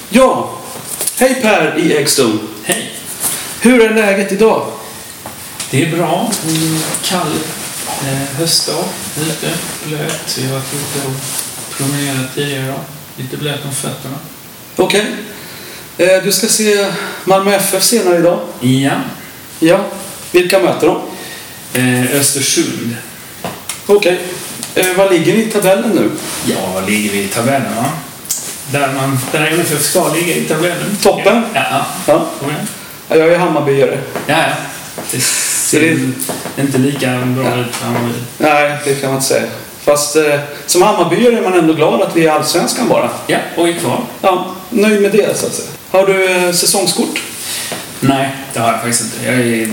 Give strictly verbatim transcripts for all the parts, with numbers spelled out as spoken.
Ja, hej Per i Äggstone. Hej. Hur är läget idag? Det är bra. En kall eh, höstdag ute, blöt. Vi har varit ute och promenerat tidigare idag. Lite blöt om fötterna. Okej. Okay. Eh, du ska se Malmö F F senare idag. Ja. Ja. Vilka möter de? Eh, Östersund. Okej. Okay. Eh, vad ligger ni i tabellen nu? Ja, vad ligger vi i tabellen, va? Där man, där N F F ska ligga i tabellen. Toppen? Ja. Ja. Ja. Ja, jag är Hammarbyare. Ja, ja. Det ser det... inte lika bra ja. ut för Hammarby. Nej, det kan man inte säga. Fast eh, som Hammarbyare är man ändå glad att vi är allsvenskan bara. Ja, och är kvar. Ja, nöjd med det så att säga. Har du eh, säsongskort? Nej, det har jag faktiskt inte. Jag är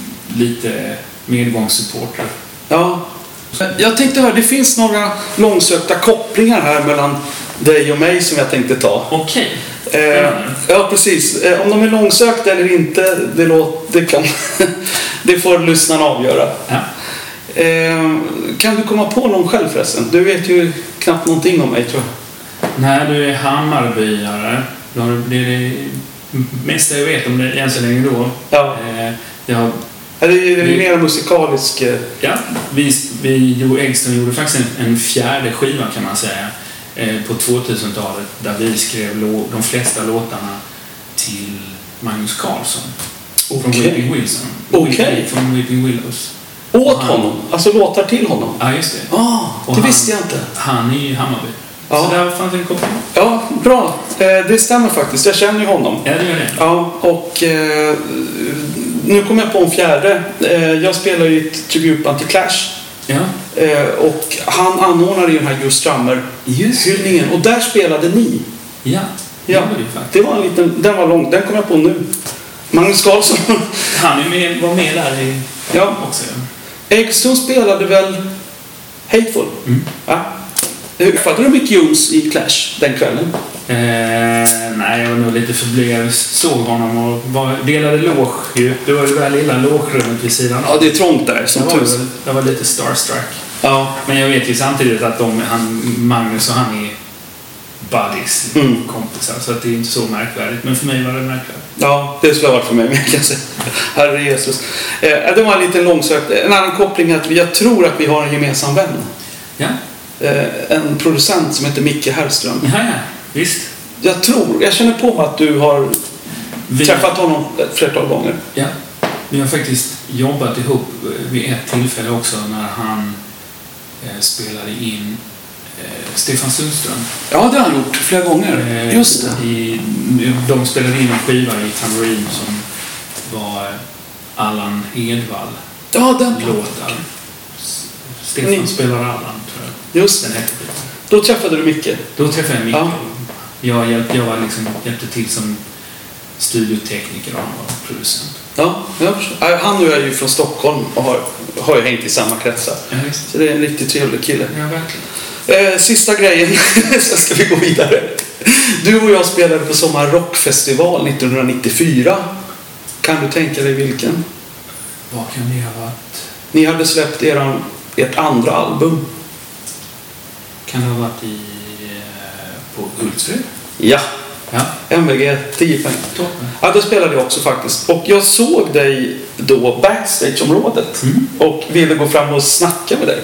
lite medgångssupporter. Ja. Jag tänkte höra, det finns några långsökta kopplingar här mellan dig och mig som jag tänkte ta. Okej. Eh, ja, precis. Eh, om de är långsökta eller inte, det, låter, det, kan, det får lyssnarna avgöra. Ja. Eh, kan du komma på någon själv förresten? Du vet ju knappt någonting om mig, tror jag. Nej, du är Hammarbyare. Det är det mesta jag vet om det än så länge då. Ja. Eh, jag Är det, är det vi, mer musikalisk? Eh... Ja, vi, vi gjorde, Äggstone gjorde faktiskt en, en fjärde skiva kan man säga eh, på tvåtusentalet där vi skrev lå, de flesta låtarna till Magnus Carlsson. Okay. Från Weeping Wilson. Okay. Från Weeping Willows. Åt han, honom? Alltså låtar till honom? Ja, just det. Ah, det han, visste jag inte. Han är ju Hammarby. Ja. Så där fanns en koppling. Ja, bra. Eh, det stämmer faktiskt. Jag känner ju honom. Ja, det gör det. Ja, och eh, nu kommer jag på en fjärde. Eh, jag spelar ju ett tributband till Clash. Ja. Eh, och han anordnade ju den här Just Drummer-hyllningen. Och där spelade ni. Ja, ja. Det, det var en liten, den var lång. Den kommer jag på nu. Magnus Carlsson. Han är med, var med där i, ja. också. Äggstone spelade väl Hateful. Mm. Ja. Uppfattade du mycket Jones i Clash den kvällen? Eh, nej, jag var nog lite förblyggad. Såg honom och var, delade loge ju. Det var det där lilla logerummet vid sidan. Ja, det är trångt där. Som jag, var, jag var lite starstruck. Ja. Men jag vet ju samtidigt att de, han, Magnus och han är buddies, mm. kompisar. Så att det är inte så märkvärdigt. Men för mig var det märkvärdigt. Ja, det skulle ha varit för mig. Men jag kan säga. Herre Jesus. Eh, det var en liten långsökt. En annan koppling är att jag tror att vi har en gemensam vän. Ja. En producent som heter Micke Hellström. Ja, ja, visst. Jag tror, jag känner på mig att du har vi, träffat honom ett flertal gånger. Ja, vi har faktiskt jobbat ihop vid ett tillfälle också när han eh, spelade in eh, Stefan Sundström. Ja, det har han gjort flera gånger. Eh, Just det. I, de spelade in en skiva i Tambourine som var Allan Edwall. Ja, den låtar. Stefan Ni. spelar Allan, tror jag. Just det. Då träffade du Micke. Då träffade jag Micke. Ja. Jag, hjälpte, jag var liksom, hjälpte till som studiotekniker och han var producent. Ja, jag han nu är ju från Stockholm och har, har ju hängt i samma kretsar. Ja, så det är en riktigt trevlig kille. Ja, verkligen. Eh, sista grejen, så ska vi gå vidare. Du och jag spelade på Sommar Rockfestival nittonhundranittiofyra. Kan du tänka dig vilken? Vad kan det ha varit? Ni hade släppt er, ert andra album. Kan det ha varit i, på Hultsfred? Ja. Ja. M V G, tio poäng. Toppen. Ja, då spelade jag också faktiskt. Och jag såg dig då backstageområdet mm. och ville gå fram och snacka med dig.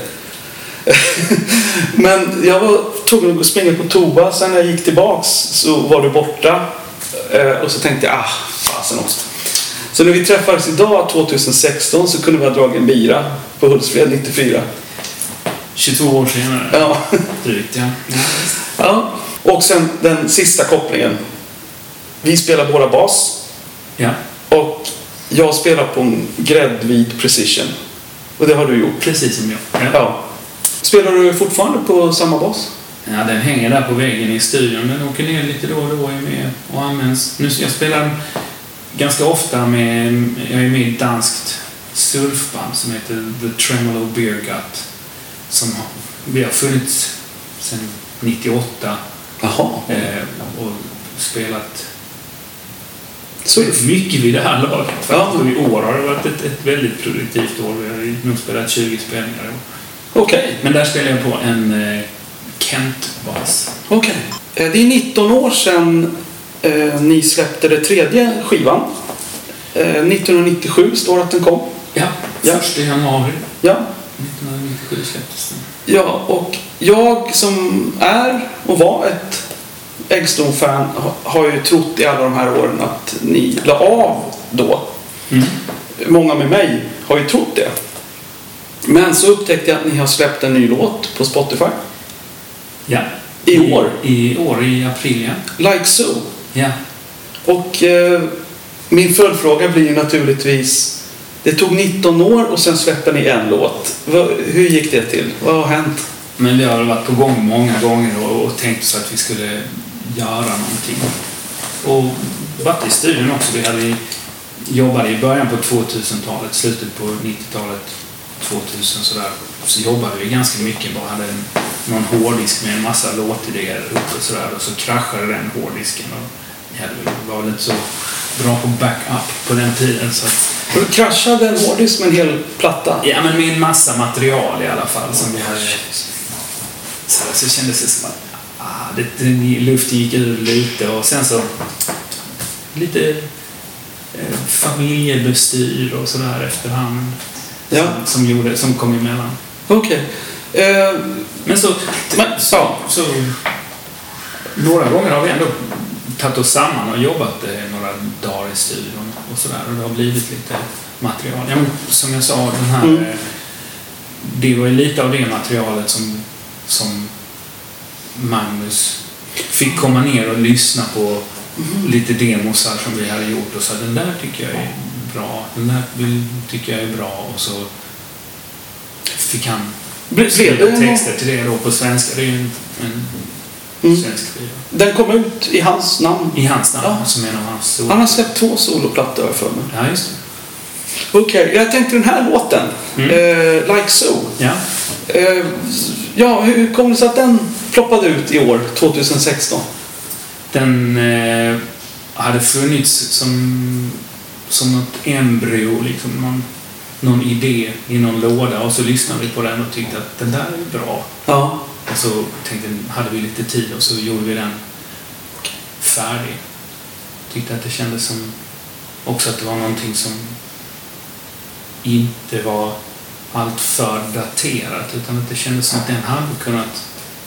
Men jag var tvungen att springa på toa. Sen när jag gick tillbaks så var du borta. Och så tänkte jag, ah, fasen också. Så när vi träffades idag tjugohundrasexton så kunde vi ha dragit en bira på Hultsfred nittiofyra. tjugotvå år senare. Ja. Drygt, ja. Ja. Och sen den sista kopplingen. Vi spelar båda bas. Ja. Och jag spelar på en gräddvid precision. Och det har du gjort. Precis som jag. Ja. Ja. Spelar du fortfarande på samma bas? Ja, den hänger där på väggen i studion. Den åker ner lite då och då är med och används. Nu, jag spelar ganska ofta med, jag är med i ett danskt surfband som heter The Tremolo Beer Gut. Som har, vi har funnits sedan nittioåtta. Jaha. Eh, och spelat surf. Mycket vid det här laget. Ja. Och i år har det varit ett, ett väldigt produktivt år. Vi har nog spelat tjugo spelningar. Okej. Okay. Men där spelar jag på en eh, Kent-bas. Okej. Okay. Det är nitton år sedan Eh, ni släppte det tredje skivan. Eh, nittonhundranittiosju står det att den kom. Ja, första januari Ja. nittonhundranittiosju släpptes den. Ja, och jag som är och var ett Eggstone-fan har ju trott i alla de här åren att ni la av då. Mm. Många med mig har ju trott det. Men så upptäckte jag att ni har släppt en ny låt på Spotify. Ja. I år. I, i år, i april, ja. Like So. Ja. Och eh, min följdfråga blir ju naturligtvis, det tog nitton år och sen släppte ni en låt. Va, hur gick det till? Vad har hänt? Men vi har varit på gång många gånger och, och tänkt så att vi skulle göra någonting. Och varit i studion också. Vi hade jobbade i början på tvåtusentalet, slutet på nittiotalet, tvåtusen sådär. Så jobbade vi ganska mycket. Bara hade en, någon hårddisk med en massa låtidéer uppe och sådär. Och så kraschade den hårddisken. Och vi var lite så bra på backup på den tiden. Så att, och du kraschade en hårddisk med en hel platta? Ja, men med en massa material i alla fall som vi hade. Så, så kändes det som att ah, det, det, luften gick ur lite och sen så lite eh, familjebestyr och sådär efterhand. Ja. Som, som, gjorde, som kom emellan. Okej. Okay. Eh, men så, men, så, så några gånger har vi ändå tagit oss samman och jobbat eh, några dagar i studion och sådär. Och det har blivit lite material. Ja, men, som jag sa, den här, mm. eh, det var ju lite av det materialet som, som Magnus fick komma ner och lyssna på mm. lite demosar som vi hade gjort och så den där tycker jag är bra, den där tycker jag är bra och så fick han skriva texter till det då på svenska. Det är ju en, en mm. svensk skiva. Den kom ut i hans namn? I hans namn, ja. Som en av hans solo. Han har släppt två soloplattor för mig. Ja, just det. Okej, okay, jag tänkte den här låten, mm. eh, Like So. Ja. Eh, ja, hur kom det sig att den ploppade ut i år, tjugohundrasexton? Den eh, hade funnits som, som något embryo, liksom någon, någon idé i någon låda och så lyssnade vi på den och tyckte att den där är bra. Ja. Och så tänkte, hade vi lite tid och så gjorde vi den färdig. Tyckte att det kändes som också att det var någonting som inte var allt för daterat utan att det kändes som att den hade kunnat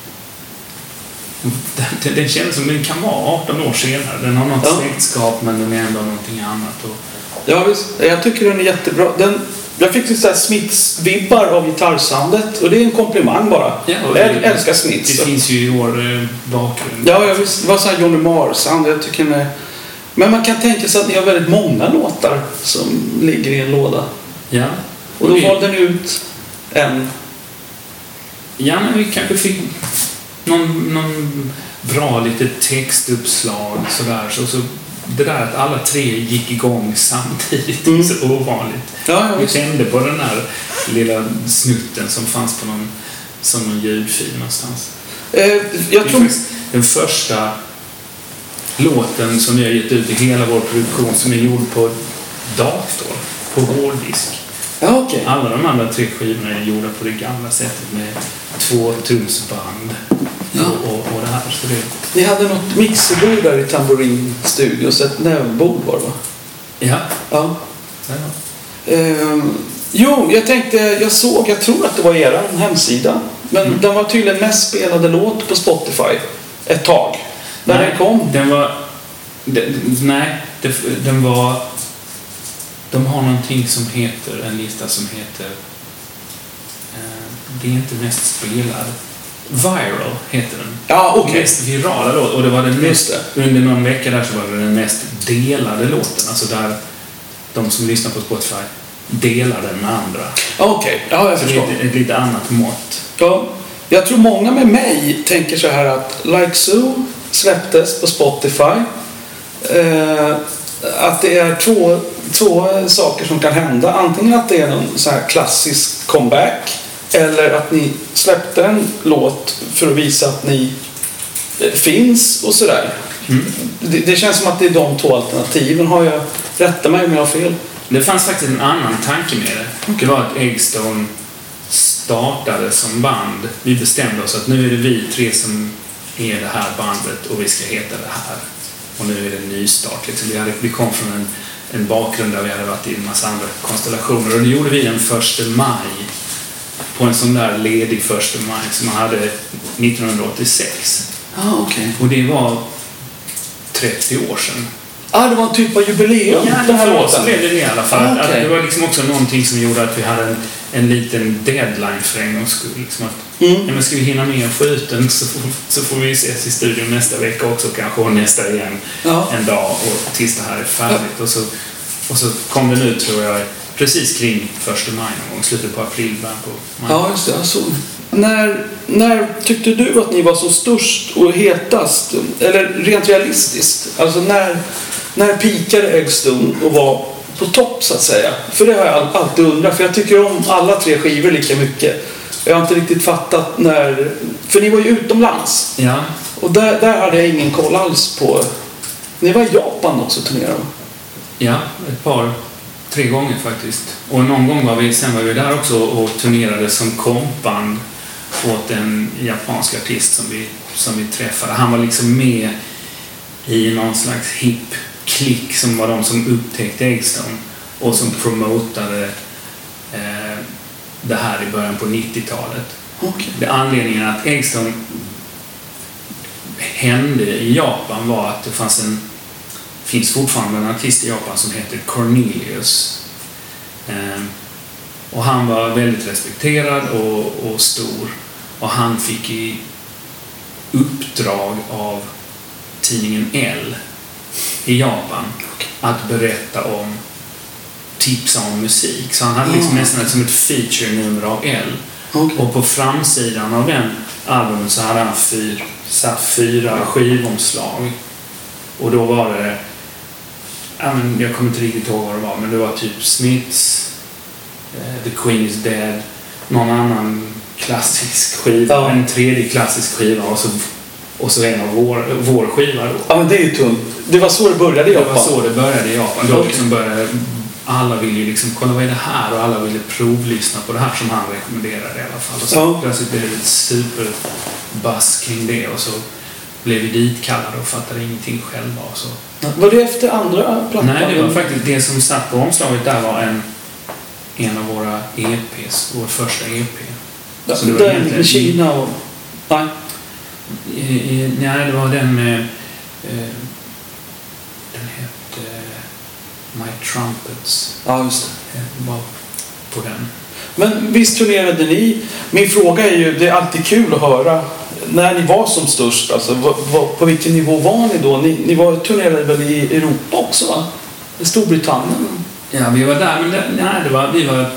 den, den kändes som den kan vara arton år senare. Den har något ja. släktskap men den är ändå någonting annat. Och... Ja visst, jag tycker den är jättebra. Den, jag fick så här Smiths-vibbar av gitarrsoundet och det är en komplimang bara. Ja, jag älskar Smiths. Det så. Finns ju i vår eh, bakgrund. Ja, jag visst, det var så här Johnny Marr-sound. Jag tycker den är... Men man kan tänka sig att ni har väldigt många låtar som ligger i en låda. Ja. Och då valde ni ut en. Ja, men vi kanske fick någon, någon bra litet textuppslag sådär. Så, så det där att alla tre gick igång samtidigt mm. är så ovanligt. Ja, ja, vi kände på den här lilla snutten som fanns på någon, som någon ljudfil någonstans. Eh, jag tror... Den första låten som vi har gett ut i hela vår produktion som är gjord på dator, på hårddisk. Ja, okay. Alla de andra tre skivorna är gjorda på det gamla sättet med två trumsband ja. och, och, och det här. Så det... Ni hade något mixerbord där i Tamborin Studio, så ett nävbord var det va? Ja. Ja. ja. Ehm, jo, jag tänkte, jag såg, jag tror att det var er hemsida, men mm. den var tydligen mest spelade låt på Spotify ett tag. När nej, den kom? Den var, den, nej, det, den var... De har någonting som heter, en lista som heter, eh, det är inte mest spelad. Viral heter den. Ja, okej. Okay. Mest virala låt. Och det var den mest, under någon vecka där så var det den mest delade låten. Alltså där de som lyssnar på Spotify delar den med andra. Okej, okay. Ja, jag så förstår. Det är ett, ett lite annat mått. Ja, jag tror många med mig tänker så här att Like So släpptes på Spotify. Eh, att det är två, två saker som kan hända. Antingen att det är en så här klassisk comeback eller att ni släppte en låt för att visa att ni finns och sådär. Mm. Det, det känns som att det är de två alternativen. Har jag rätta mig om jag har fel? Det fanns faktiskt en annan tanke med det. Det var att Eggstone startade som band. Vi bestämde oss att nu är det vi tre som är det här bandet och vi ska heta det här. och nu är det en nystart. Liksom. Vi, hade, vi kom från en, en bakgrund där vi hade varit i en massa andra konstellationer, och det gjorde vi en första maj på en sån där ledig första maj som man hade nittonhundraåttiosex. Ah, okay. Och det var trettio år sedan. Ah, det var en typ av jubileum. Ja, den här för låten. oss blev det det i alla fall. Ah, okay. Att det var liksom också någonting som gjorde att vi hade en, en liten deadline för en gångs skull. Liksom att, mm. ja, men ska vi hinna med skjuten så får, så får vi ses i studion nästa vecka också kanske, och nästa igen ja. en dag, och tills det här är färdigt. Ja. Och, så, och så kom det nu, tror jag, precis kring första maj någon gång, slutet på april, början på maj. Ja, just det. Alltså, när, när tyckte du att ni var som störst och hetast? Eller rent realistiskt? Alltså när, när pikade Eggstone och var på topp, så att säga? För det har jag alltid undrat. För jag tycker om alla tre skivor lika mycket. Jag har inte riktigt fattat när... För ni var ju utomlands. Ja. Och där, där hade jag ingen koll alls på... Ni var i Japan också, turnerade. Ja, ett par... Tre gånger faktiskt. Och någon gång var vi, sen var vi där också och turnerade som kompband åt en japansk artist som vi, som vi träffade. Han var liksom med i någon slags hip klick som var de som upptäckte Eggstone och som promotade eh, det här i början på nittiotalet. Okay. Det anledningen att Eggstone hände i Japan var att det fanns en finns fortfarande en artist i Japan som heter Cornelius. Eh, och han var väldigt respekterad och, och stor. Och han fick i uppdrag av tidningen Elle i Japan att berätta om, tipsa om musik. Så han hade liksom mm. nästan som ett feature-nummer av Elle. Okay. Och på framsidan av den albumen så hade han fyr, satt fyra skivomslag. Och då var det, ja, men jag kommer inte riktigt ihåg vad det var, men det var typ Smiths, uh, The Queen is Dead, någon annan klassisk skiva, ja. En tredje klassisk skiva och så, och så en av vår, vår skiva då. Ja, men det är ju tungt. Det var så det började i Japan. Det var så det började i Japan. Då liksom började, alla ville ju liksom, kolla vad är det här, och alla ville provlyssna på det här som han rekommenderade i alla fall. Och så ja. plötsligt blev det ett superbass kring det, och så blev vi ditkallade och fattade ingenting själva. Och så. Var det efter andra plattan? Nej, det var faktiskt det som satt på omslaget där var en, en av våra E P:s, vår första E P. Ja, så det var den med Kina och... Nej. I, i, nej, det var den med... Eh, den hette My Trumpets. Ja, just det. Var på den. Men visst turnerade ni? Min fråga är ju, det är alltid kul att höra när ni var som störst, alltså v- v- på vilken nivå var ni då? Ni, ni var, turnerade väl i Europa också, va? I Storbritannien? Ja, vi var där, men det, nej, det var, vi var...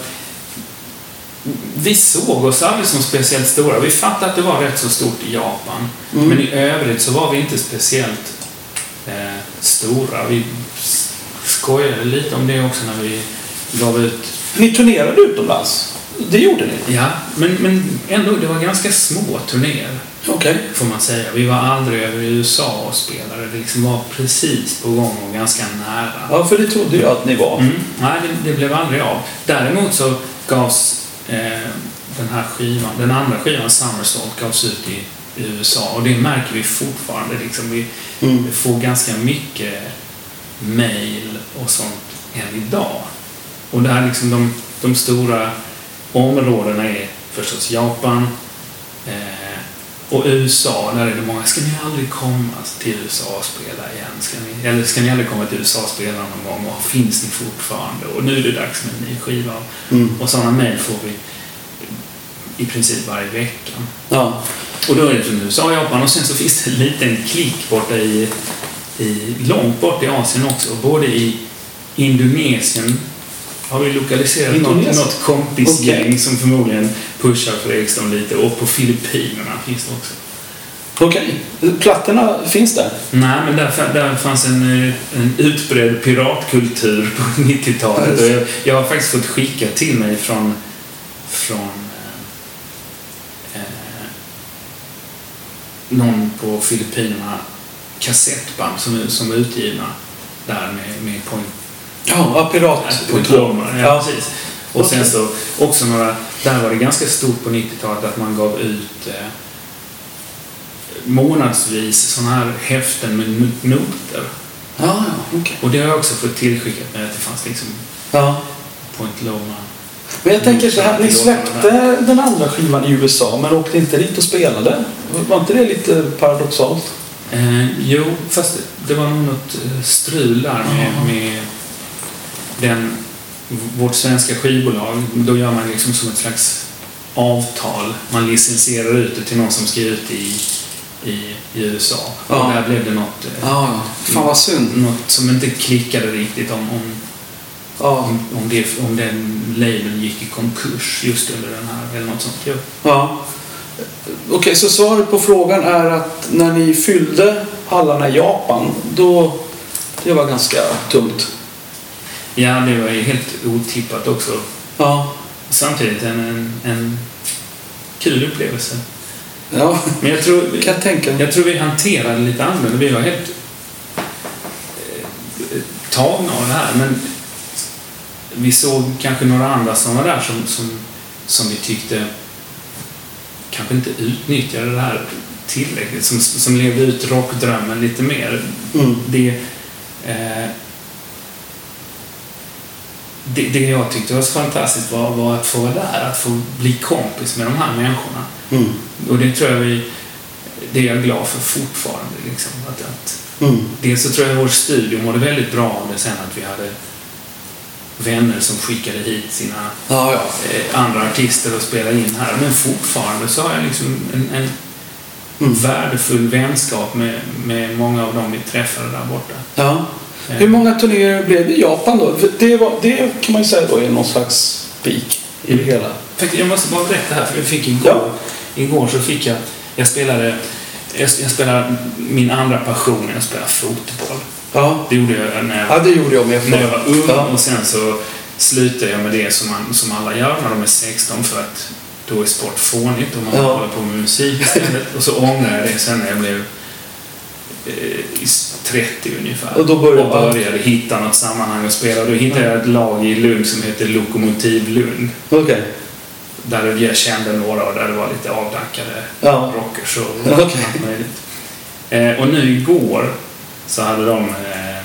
Vi såg oss aldrig som speciellt stora. Vi fattade att det var rätt så stort i Japan. Mm. Men i övrigt så var vi inte speciellt eh, stora. Vi skojade lite om det också när vi gav ut... Ni turnerade utomlands? Det gjorde ni? Ja, men, men ändå, det var ganska små turnéer. Okej. Okay. Får man säga. Vi var aldrig över i U S A och spelade. Det liksom var precis på gång och ganska nära. Ja, för det trodde jag att ni var. Mm. Nej, det, det blev aldrig av. Däremot så gavs eh, den här skivan, den andra skivan, Summersault, gavs ut i, i U S A. Och det märker vi fortfarande. Liksom, vi, mm. vi får ganska mycket mail och sånt än idag. Och där liksom de, de stora områdena är förstås Japan eh, och U S A. Där är det många, ska ni aldrig komma till U S A och spela igen? Ska ni, eller ska ni aldrig komma till U S A och spela någon gång? Och finns ni fortfarande? Och nu är det dags med en ny skiva. Mm. Och sådana mejl får vi i princip varje vecka. Ja. Och då är det från U S A och Japan. Och sen så finns det en liten klick borta i, i långt bort i Asien också. Både i Indonesien har vi lokaliserat något, något kompisgäng okay. som förmodligen pushar för Eggstone lite. Och på Filippinerna finns det också. Okej. Okay. Plattorna finns där? Nej, men där, där fanns en, en utbredd piratkultur på nittiotalet. Och jag, jag har faktiskt fått skicka till mig från, från eh, någon på Filippinerna kassettband som, som är utgivna där med, med point. Ja, pirat. Ja, ja, precis. Och sen så också några, där var det ganska stort på nittiotalet att man gav ut eh, månadsvis sådana här häften med noter. Ja, ja, okej. Okay. Och det har jag också fått tillskickat med att det fanns liksom ja. Point Loma. Men jag tänker så här, ni släppte den andra skivan i U S A men åkte inte dit och spelade. Var inte det lite paradoxalt? Eh, jo, fast det var nog något strul där med, mm. med den, vårt svenska skivbolag. Då gör man liksom som ett slags avtal. Man licensierar ut det till någon som ska ut i, i, i U S A. Ja. Och där blev det något, ja. Fan vad synd. Något som inte klickade riktigt om, om, ja. om, om, det, om den labeln gick i konkurs just under den här eller något sånt. Ja. ja. Okej, okay, så svaret på frågan är att när ni fyllde hallarna i Japan, då det var ganska tungt. Ja, det var ju helt otippat också. Ja. Samtidigt en, en, en kul upplevelse. Ja, men jag tror, kan jag tänka. Jag tror vi hanterade lite annorlunda. Vi var helt eh, tagna av det här, men vi såg kanske några andra som var där som, som, som vi tyckte kanske inte utnyttjade det här tillräckligt, som, som levde ut rockdrömmen lite mer. Mm. Det, eh, det, det jag tyckte var så fantastiskt var, var att få vara där, att få bli kompis med de här människorna. Mm. Och det tror jag vi, det är jag glad för fortfarande. Liksom, att, att mm. dels så tror jag vår studio mådde väldigt bra av det sen att vi hade vänner som skickade hit sina ja, ja. Eh, andra artister och spelade in här. Men fortfarande så har jag liksom en, en mm. värdefull vänskap med, med många av dem vi träffade där borta. Ja. Eh. Hur många turnéer blev det i Japan då? För det, var, det kan man ju säga då är någon slags peak i det hela. Jag måste bara berätta här, för jag fick igår, ja. igår så fick jag, jag spelade, jag, jag spelade min andra passion, jag spelade fotboll. Ja. Det gjorde jag när jag, ja, det gjorde jag med när jag var ung ja. och sen så slutade jag med det som, man, som alla gör när de är sexton för att då är sport fånigt och man ja. håller på med musik istället. Och så ångrar jag det sen när jag blev eh, trettio ungefär. Och då började, och började hitta något sammanhang och spela. Då hittade jag ett lag i Lund som heter Lokomotiv Lund. Okej. Okay. Där jag kände några och där det var lite avdankade ja. rockers och okay. allt möjligt. Eh, och nu igår så hade de eh,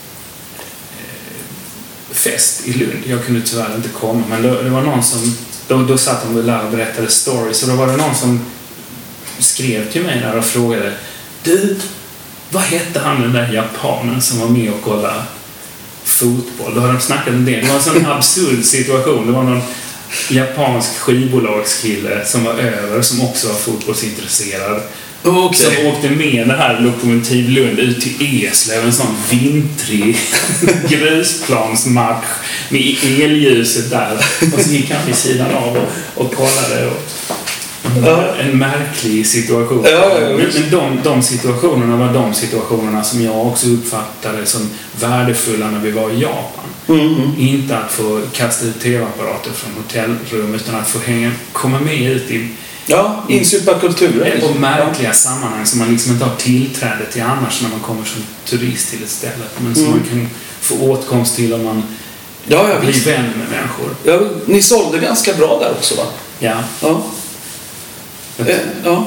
fest i Lund. Jag kunde tyvärr inte komma, men då, det var någon som då, då satt de där och berättade stories och då var det någon som skrev till mig där och frågade: du, vad hette han den där japanen som var med och kollade fotboll? Då hade de snackat om det. Det var en sån absurd situation. Det var någon japansk skivbolagskille som var över, som också var fotbollsintresserad. Okay. Som åkte med det här Lokomotiv Lund ut till Eslöv, en sån vintrig grusplansmatch med elljuset där. Och så gick han vid sidan av och, och kollade. Och, ja. En märklig situation. Ja, ja, ja. Men, men de, de situationerna var de situationerna som jag också uppfattade som värdefulla när vi var i Japan. Mm. Inte att få kasta ut tv-apparater från hotellrum, utan att få hänga, komma med ut i ja, insupa kulturen. Och märkliga sammanhang som man liksom inte har tillträde till annars när man kommer som turist till ett ställe. Men som mm. man kan få åtkomst till om man ja, ja, blir visst. vän med människor. Ja, ni sålde ganska bra där också, va? Ja. Ja. Eh, ja.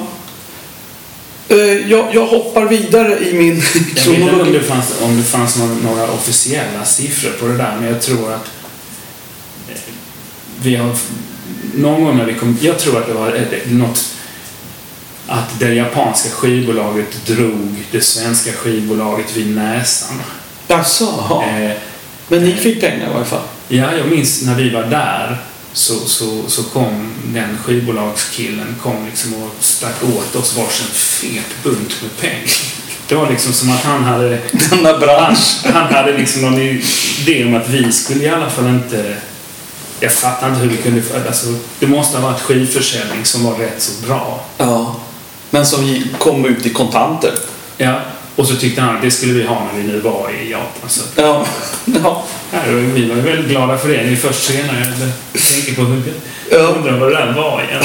Eh, jag, jag hoppar vidare i min kronologi. Jag vet inte om det fanns, om det fanns några, några officiella siffror på det där, men jag tror att eh, vi har någon gång när vi kom, jag tror att det var något att det japanska skivbolaget drog det svenska skivbolaget vid näsan. Alltså, eh, men ni fick pengar i alla fall. Ja, jag minns när vi var där så, så, så kom den skivbolagskillen kom liksom och stack åt oss varsin fet bunt med pengar. Det var liksom som att han hade denna bransch. Han, han hade liksom någon idé om att vi skulle i alla fall inte. Jag fattar inte hur vi kunde. Alltså, det måste ha varit skivförsäljning som var rätt så bra. Ja, men som kom ut i kontanter. Ja, och så tyckte han att det skulle vi ha när vi nu var i Japan. Så. Ja, ja. Ja, vi var väldigt glada för det. Ni först senare tänker på hur ja. undrar vad det där var igen.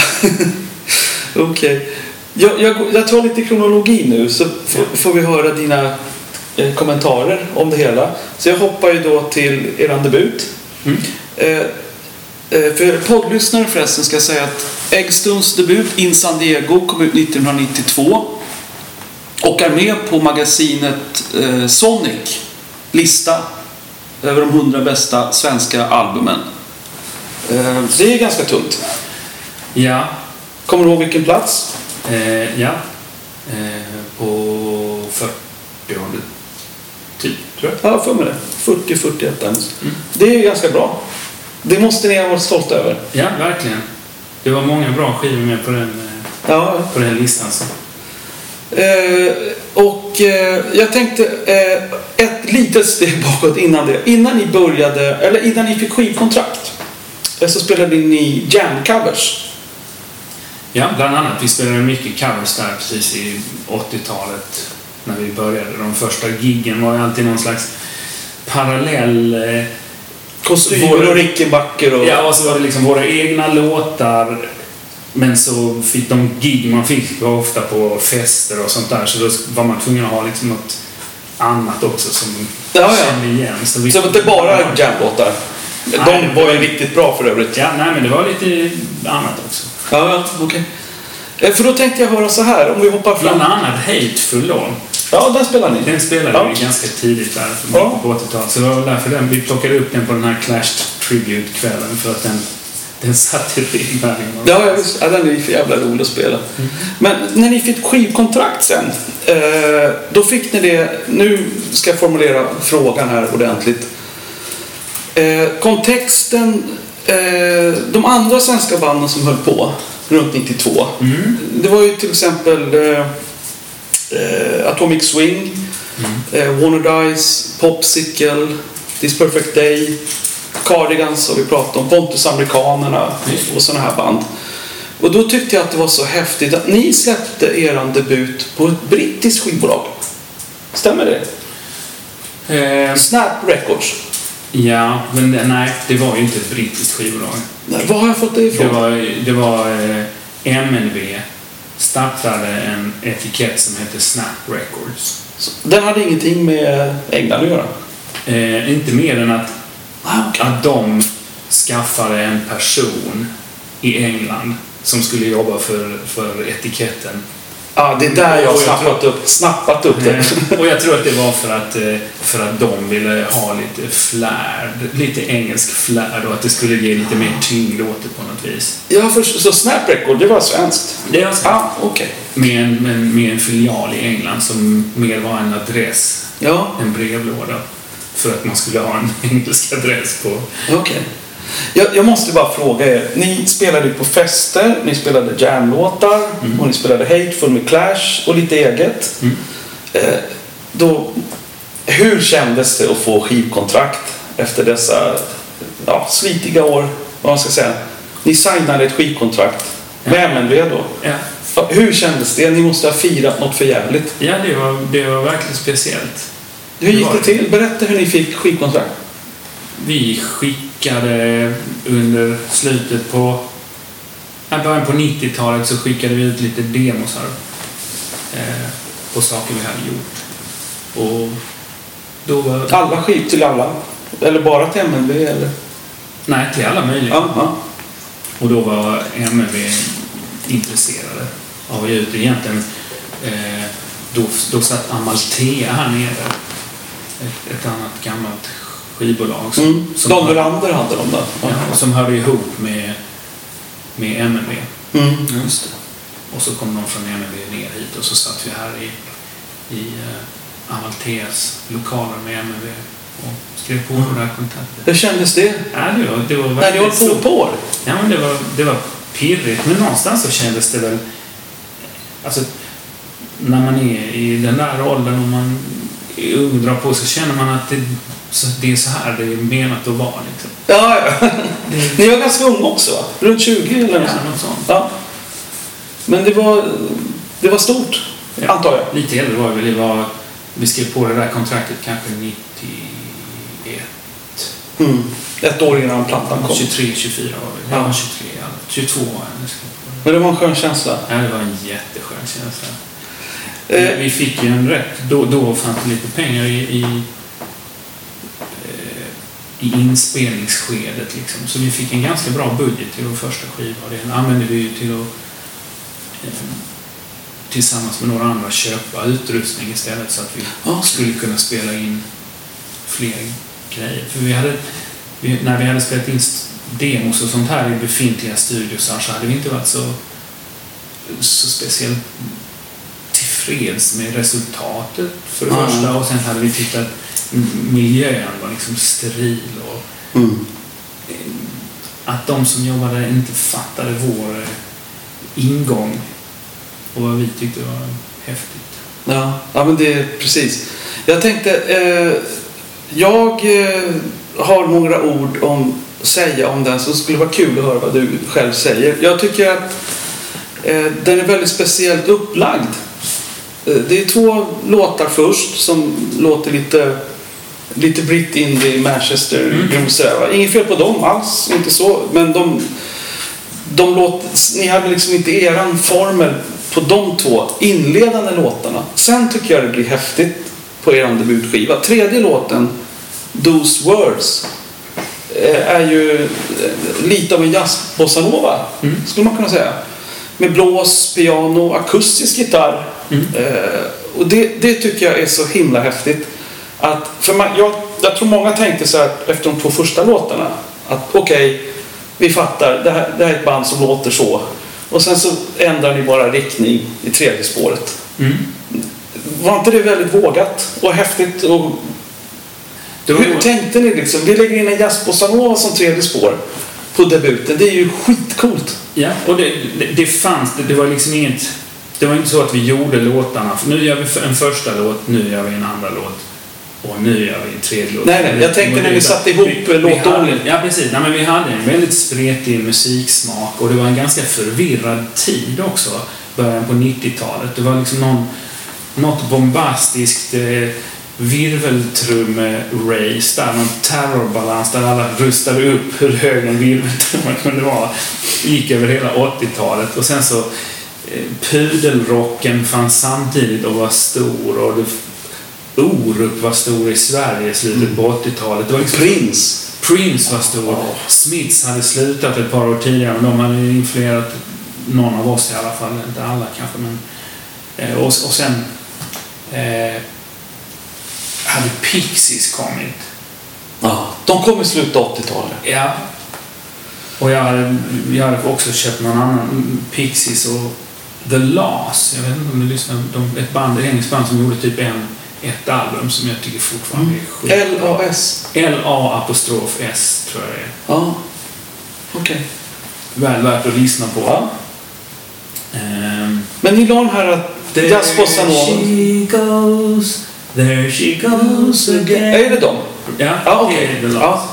Okej. Okay. Jag, jag, jag tar lite kronologi nu så får, får vi höra dina eh, kommentarer om det hela. Så jag hoppar ju då till eran debut. Mm. Eh, För poddlyssnare förresten ska jag säga att Eggstones debut In San Diego kom ut nittonhundranittiotvå. och är med på magasinet eh, Sonic lista över de hundra bästa svenska albumen. Eh, det är ganska tungt. Ja. Kommer du ihåg vilken plats? Eh, ja. Eh, på fyrtionde typ, tror jag. Ja, för mig det. fyrtio fyrtioett. Mm. Det är ganska bra. Det måste ni ha varit stolta över. Ja, verkligen. Det var många bra skivor med på den, ja. på den listan. Så. Eh, och eh, jag tänkte eh, ett litet steg bakåt innan det. Innan ni började, eller innan ni fick skivkontrakt, eh, så spelade ni jam-covers. Ja, bland annat. Vi spelade mycket covers där precis i åttiotalet när vi började. De första giggen var ju alltid någon slags parallell... Eh, kostymer våra, och Rickenbacker och... Ja, och så var det liksom våra egna låtar. Men så fick de gig man fick var ofta på fester och sånt där. Så då var man tvungen att ha liksom något annat också som ja, ja. kände igen. Så, vi, så det var inte bara jam-låtar? De nej, var ju riktigt bra för övrigt. Ja, nej, men det var lite annat också. Ja, ja, okej. Okay. För då tänkte jag höra så här, om vi hoppar fram... Bland annat Hateful då. Ja, den spelar ni. Den spelade ja. vi ganska tidigt där, ja. på åttiotalet. Så det var därför den, vi plockade upp den på den här Clash Tribute-kvällen, för att den, den satt i ryggmärgen. Ja, visst. Ja, den är för jävla rolig att spela. Mm. Men när ni fick skivkontrakt sen, eh, då fick ni det... Nu ska jag formulera frågan här ordentligt. Eh, kontexten... Eh, de andra svenska banden som höll på runt nittiotvå, mm. det var ju till exempel eh, eh, Atomic Swing, mm. eh, Wanna Dies, Popsicle, This Perfect Day, Cardigans, och vi pratade om Pontus Amerikanerna mm. och sådana här band. Och då tyckte jag att det var så häftigt att ni släppte eran debut på ett brittiskt skivbolag. Stämmer det? Eh. Snap Records. Ja, men det, nej, det var ju inte ett brittiskt skivbolag. Nej, vad har jag fått det ifrån? Det var, det var eh, M N V startade en etikett som heter Snap Records. Så den hade ingenting med England att göra? Eh, inte mer än att, ah, okay. att de skaffade en person i England som skulle jobba för, för etiketten. Ja, det är där jag har snappat upp, snappat upp det. Och jag tror att det var för att, för att de ville ha lite flärd, lite engelsk flärd, och att det skulle ge lite mer tyngd åt det på något vis. Ja, för, så Snap Record, det var svenskt? Det var svenskt. Ah, okej. Okay. Med, med, med en filial i England som mer var en adress, ja. en brevlåda, för att man skulle ha en engelsk adress på. Okej. Okay. Jag, jag måste bara fråga er. Ni spelade på fester, ni spelade jamlåtar mm. och ni spelade Hateful med Clash och lite eget. Mm. Eh, då, hur kändes det att få skivkontrakt efter dessa ja, slitiga år? Vad man ska säga. Ni signade ett skivkontrakt ja. med M N V då. Ja. Hur kändes det? Ni måste ha firat något för jävligt. Ja, det var, det var verkligen speciellt. Hur gick det till? Berätta hur ni fick skivkontrakt. Vi skickade under slutet på början på nittiotalet så skickade vi ut lite demos här eh, på saker vi hade gjort. Och då var... Alla skiv till alla? Eller bara till M N V? Eller? Nej, till alla möjliga. Aha. Och då var M N V intresserade av att ge ut egentligen. Eh, då, då satt Amalthea här nere. Ett, ett annat gammalt skivbolag som, mm. som Don Verander hade de där. Ja, som hörde ihop med, med M N V. Mm. Just det. Och så kom de från M N V ner hit och så satt vi här i, i uh, Amaltheas lokaler med M N V och skrev på mm. våra kontakter. Hur kändes det? Ja, det var, det var Nej, det var på stort. på Ja, men det var, det var pirrigt. Men någonstans så kändes det väl... Alltså, när man är i den där åldern och man är ung och drar på så känner man att det, så det är så här det är menat att vara. Liksom. Ja, ja. Ni var ganska unga också, va? Runt tjugo eller något, ja, något sånt. Ja. Men det var, det var stort, ja, antar jag. Lite äldre var vi. Var, vi skrev på det där kontraktet kanske nittioett. Mm. Ett år innan plantan kom. tjugotre tjugofyra var vi. Ja, tjugotre. Ja. tjugotvå var jag. Men det var en skön känsla. Ja, det var en jätteskön känsla. Eh. Vi fick ju en rätt. Då, då fanns det lite pengar i, i, i inspelningsskedet. Liksom. Så vi fick en ganska bra budget till vår första skiva. Och den använde vi ju till att tillsammans med några andra köpa utrustning istället så att vi ja. skulle kunna spela in fler grejer. För vi hade, vi, när vi hade spelat in demos och sånt här i befintliga studios så hade vi inte varit så, så speciellt tillfreds med resultatet för det mm. första, och sen hade vi tyckt att miljön var liksom steril och mm. att de som jobbade inte fattade vår ingång och vad vi tyckte var häftigt. Ja, ja men det är precis. Jag tänkte, eh, jag eh, har några ord om säga om den, så det skulle vara kul att höra vad du själv säger. Jag tycker att eh, den är väldigt speciellt upplagd. Eh, det är två låtar först som låter lite lite Brit Indie, Manchester, mm. Inget fel på dem alls, inte så, men de de låter, ni hade liksom inte eran formel på de två inledande låtarna. Sen tycker jag det blir häftigt på eran debutskiva. Tredje låten, Those Words, är ju lite av en jazz bossa nova, mm. skulle man kunna säga. Med blås, piano, akustisk gitarr. Mm. Eh, och det, det tycker jag är så himla häftigt. Att, för man, jag, jag tror många tänkte så här efter de två första låtarna att okej, okay, vi fattar, det här, det här är ett band som låter så. Och sen så ändrar ni bara riktning i tredje spåret. Mm. Var inte det väldigt vågat och häftigt? Och hur var... tänkte ni liksom? Vi lägger in en jazzbossa nova som tredje spår på debuten. Det är ju skitcoolt. Ja, och det, det, det fanns, det, det var liksom inget, det var inte så att vi gjorde låtarna. För nu gör vi en första låt, nu gör vi en andra låt. Och nu gör vi en tredje låt. Nej, nej, jag tänkte när vi satte ihop låtordningen. Ja, precis. Nej, men vi hade en väldigt spretig musiksmak. Och det var en ganska förvirrad tid också. Början på nittiotalet. Det var liksom någon, något bombastiskt eh, virveltrum-race där. Någon terrorbalans där alla rustade upp hur hög en virveltrumma kunde vara. Gick över hela åttiotalet. Och sen så eh, pudelrocken fanns samtidigt och var stor. Och det Orup var stor i Sverige i slutet på åttiotalet. Det var liksom Prince. Prince var stor. Oh. Smiths hade slutat ett par år tidigare, men de hade influerat någon av oss i alla fall. Inte alla kanske, men... Eh, och, och sen eh, hade Pixies kommit. Ja, de kom i slutet av åttiotalet. Ja. Och jag hade, jag hade också köpt någon annan Pixies och The Laws. Jag vet inte om du lyssnar. De, ett band, ett engelskt band som gjorde typ en ett album som jag tycker fortfarande är skit. L A S L A apostrof S tror jag det är. Ja, okej. Okay. Väl värt att lyssna på. Ja. Um, Men ni la den här att jazzbossa nova. There she goes, there she goes again. Är det dem? Ja, ja okej. Okay. Ja.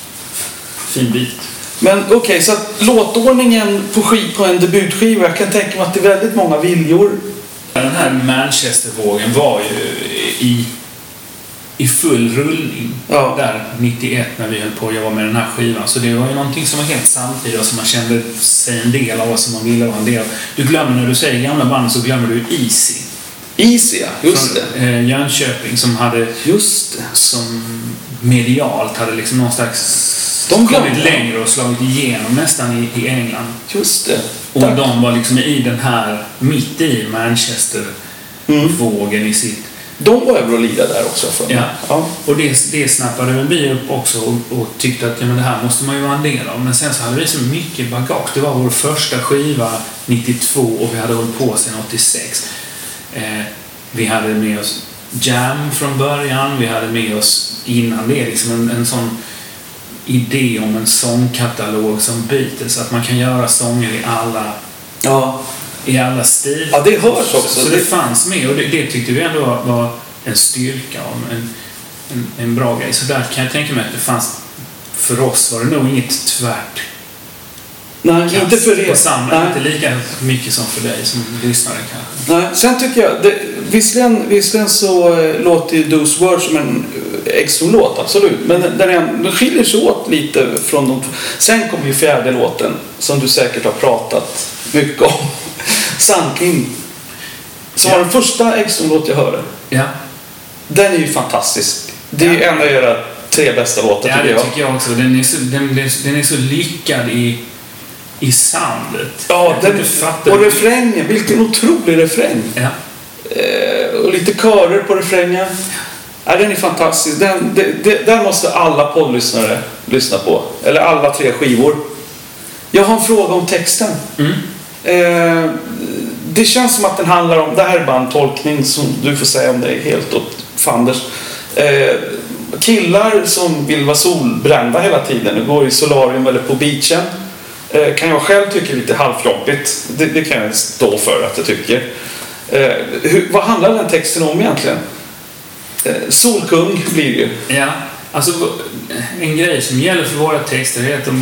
Fin bit. Men okej, okay, så att låtordningen på, skiv, på en debutskiva, jag kan tänka mig att det är väldigt många viljor. Den här Manchester-vågen var ju i, i full rullning ja. Där nittioett när vi höll på att jobba med den här skivan. Så det var ju någonting som var helt samtidigt och som man kände sig en del av och som man ville vara en del av. Du glömmer, när du säger gamla band så glömmer du Easy. Easy, ja. Just från, det. Eh, Jönköping som hade, just det. Som medialt hade liksom någon slags de kommit längre och slagit igenom nästan i, i England. Just det. Och tack. De var liksom i den här, mitt i Manchester-vågen mm. i sitt... De var över och lirade där också. För ja. Ja, och det, det snappade vi upp också och, och tyckte att ja, men det här måste man ju vara en del av. Men sen så hade vi så mycket bagage. Det var vår första skiva nittiotvå och vi hade hållit på sedan åttiosex. Eh, vi hade med oss Jam från början. Vi hade med oss innan det liksom en, en sån idé om en sångkatalog som Beatles, att man kan göra sånger i alla ja. i alla stilar. Ja, det hörs också. Så, så det fanns med och det, det tyckte vi ändå var, var en styrka och en, en, en bra grej. Så där kan jag tänka mig att det fanns, för oss var det nog inget tvärt. Nej, inte för er. Samma, inte lika mycket som för dig som lyssnare kanske. Nej, sen tycker jag, det, visserligen, visserligen så äh, låter ju Those Words som en äh, extra låt, absolut. Men den, den, den skiljer sig åt lite från de... Sen kommer ju fjärde låten, som du säkert har pratat mycket om. Sanking. Som ja. Var den första extra låt jag hörde. Ja. Den är ju fantastisk. Det är ju ja. En av era tre bästa låtar, ja, tycker jag. Ja, det tycker jag också. Den är så, den, den är så lyckad i i soundet. Ja, den, och refrängen. Vilken otrolig refräng. Ja. Eh, och lite körer på refrängen. Ja, den är fantastisk. Den, det, det, den måste alla poddlyssnare lyssna på. Eller alla tre skivor. Jag har en fråga om texten. Mm. Eh, det känns som att den handlar om... Det här är bara en tolkning som du får säga om det är helt åt fanders. Eh, killar som vill vara solbrända hela tiden och går i solarium eller på beachen. Eh, kan jag själv tycka är lite halvjobbigt. Det, det kan jag stå för att jag tycker. Eh, hur, vad handlar den texten om egentligen? Eh, solkung blir det ju. Ja, alltså en grej som gäller för våra texter är att de...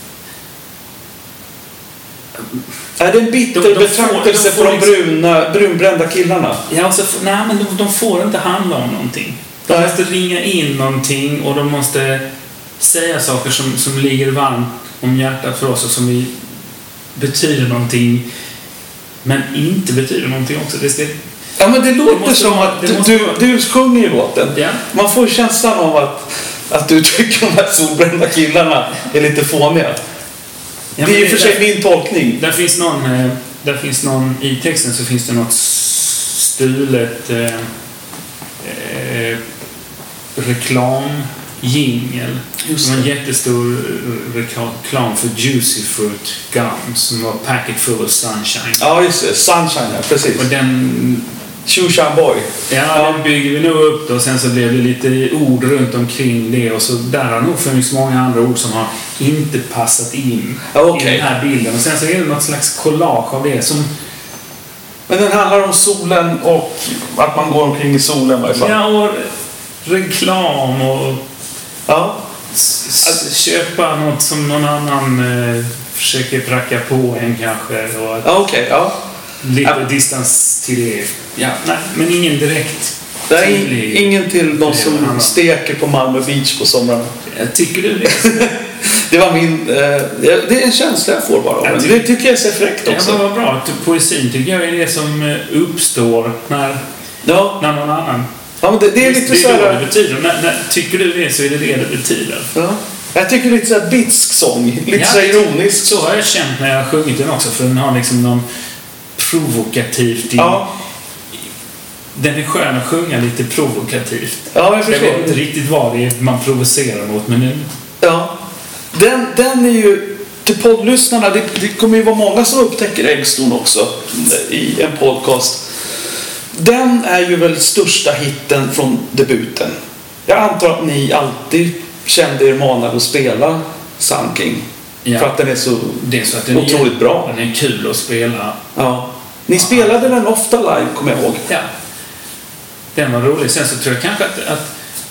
Är det en bitter de, de betraktelse får, på de liksom, bruna, brunbrända killarna? Ja, alltså, nej, men de, de får inte handla om någonting. De nej. måste ringa in någonting och de måste säga saker som, som ligger varmt om hjärtat för oss och som vi betyder någonting men inte betyder någonting också. Det ska, ja, men det låter det som vara, att måste du, vara... du sjunger i låten. Ja. Man får känslan av att, att du tycker de här solbrända killarna är lite fåniga. Ja, det är ju för sig där, min tolkning. Där finns någon, där finns någon i texten så finns det något stulet eh, eh, reklamjingel. Just det. En jättestor reklam för Juicy Fruit Gum som var packet full of sunshine. Ja, just det. Sunshine, ja, precis. Och den... Shushan Boy. Ja, ja, den bygger vi nog upp och sen så blev det lite ord runt omkring det och så där har nog funnits många andra ord som har inte passat in ja, okay. i den här bilden. Och sen så är det något slags collage av det som... Men den handlar om solen och att man går omkring i solen i varje fall. Ja, och reklam och... Ja. Alltså, köpa något som någon annan eh, försöker pracka på en kanske. Och ja, okej, okay, ja. Lite ja. distans till det. Ja, nej, men ingen direkt. Det är in, ingen till de som steker på Malmö Beach på somrarna. Jag tycker du det? Det var min... Eh, det är en känsla jag får bara. Jag tycker, det tycker jag är så fräckt också. Ja, det var bra. Poesin tycker jag är det som uppstår när, ja. när någon annan... Ja, men det, det är lite det, så här... Det betyder. När, när, tycker du det så är det det det betyder. Ja. Jag tycker lite så här bitsk sång. Lite ja, så ironisk. Så har jag känt när jag har sjungit den också. För den har liksom någon provokativt i... Ja. Den är skön att sjunga lite provokativt. Ja, jag förstår. Jag vet inte riktigt vad det är man provocerar mot, men nu... Ja. Den, den är ju... Till poddlyssnarna, det, det kommer ju vara många som upptäcker Äggstone också i en podcast. Den är ju väl största hitten från debuten. Jag antar att ni alltid kände er manade att spela Sun King. Ja. För att den är så, det är så att den otroligt är, bra. Den är kul att spela. Ja. Ni spelade den ofta live, kommer jag ihåg. Ja. Den var rolig. Sen så tror jag kanske att, att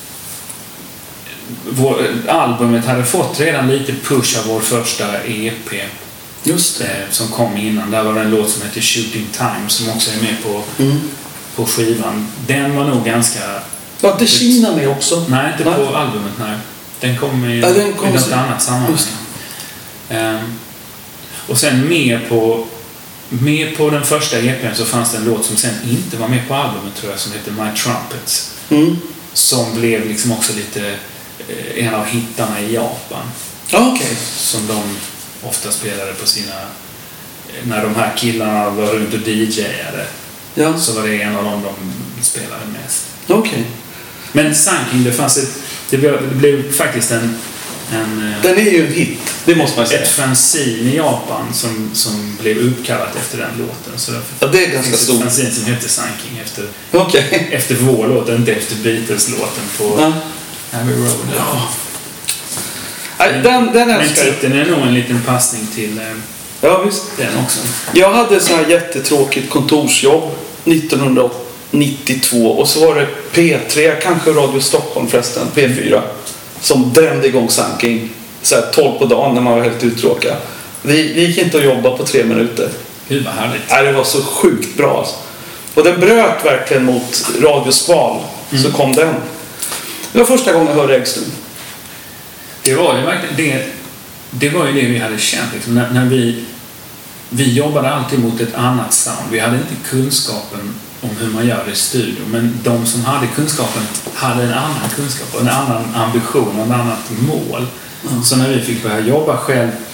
vår, albumet hade fått redan lite push av vår första E P. Just det. Som kom innan. Där var det en låt som heter Shooting Time som också är med på, mm. på skivan. Den var nog ganska... Var inte Kina med också? Nej, inte nej. På albumet, nej. Den kom i, ja, den kom i något annat sammanhang. Um, och sen med på med på den första E P:n så fanns det en låt som sen inte var med på albumet, tror jag, som heter My Trumpets. Mm. Som blev liksom också lite eh, en av hittarna i Japan. Okej. Okay. Som de ofta spelade på sina... När de här killarna var runt och D J:ade. Ja. Så var det en av dem de spelade mest. Okej. Okay. Men Sun King, det fanns ett... Det blev, det blev faktiskt en... En, den är ju en hit, det måste man säga. Ett fanzine i Japan som, som blev uppkallat efter den låten. Så ja, det är ganska stort. Ett fanzine som heter Sun King efter, okay. efter vår låt, inte efter Beatles-låten på ja. Abbey Road. Ja. Men, den, den men titeln är nog en liten passning till ja, visst. Den också. Jag hade så här jättetråkigt kontorsjobb nittonhundranittiotvå och så var det P tre, kanske Radio Stockholm förresten, P fyra. Som drämde igång Sun King så här tolv på dagen när man var helt uttråkad. Det, det gick inte att jobba på tre minuter. Gud vad härligt. Nej, det var så sjukt bra. Alltså. Och den bröt verkligen mot radioskval. Mm. Så kom den. Det var första gången jag hörde Äggstone. Det var ju verkligen det, det var ju det vi hade känt. Liksom, när, när vi, vi jobbade alltid mot ett annat sound. Vi hade inte kunskapen om hur man gör det i studion. Men de som hade kunskapen hade en annan kunskap och en annan ambition och en annat mål. Mm. Så när vi fick börja jobba själv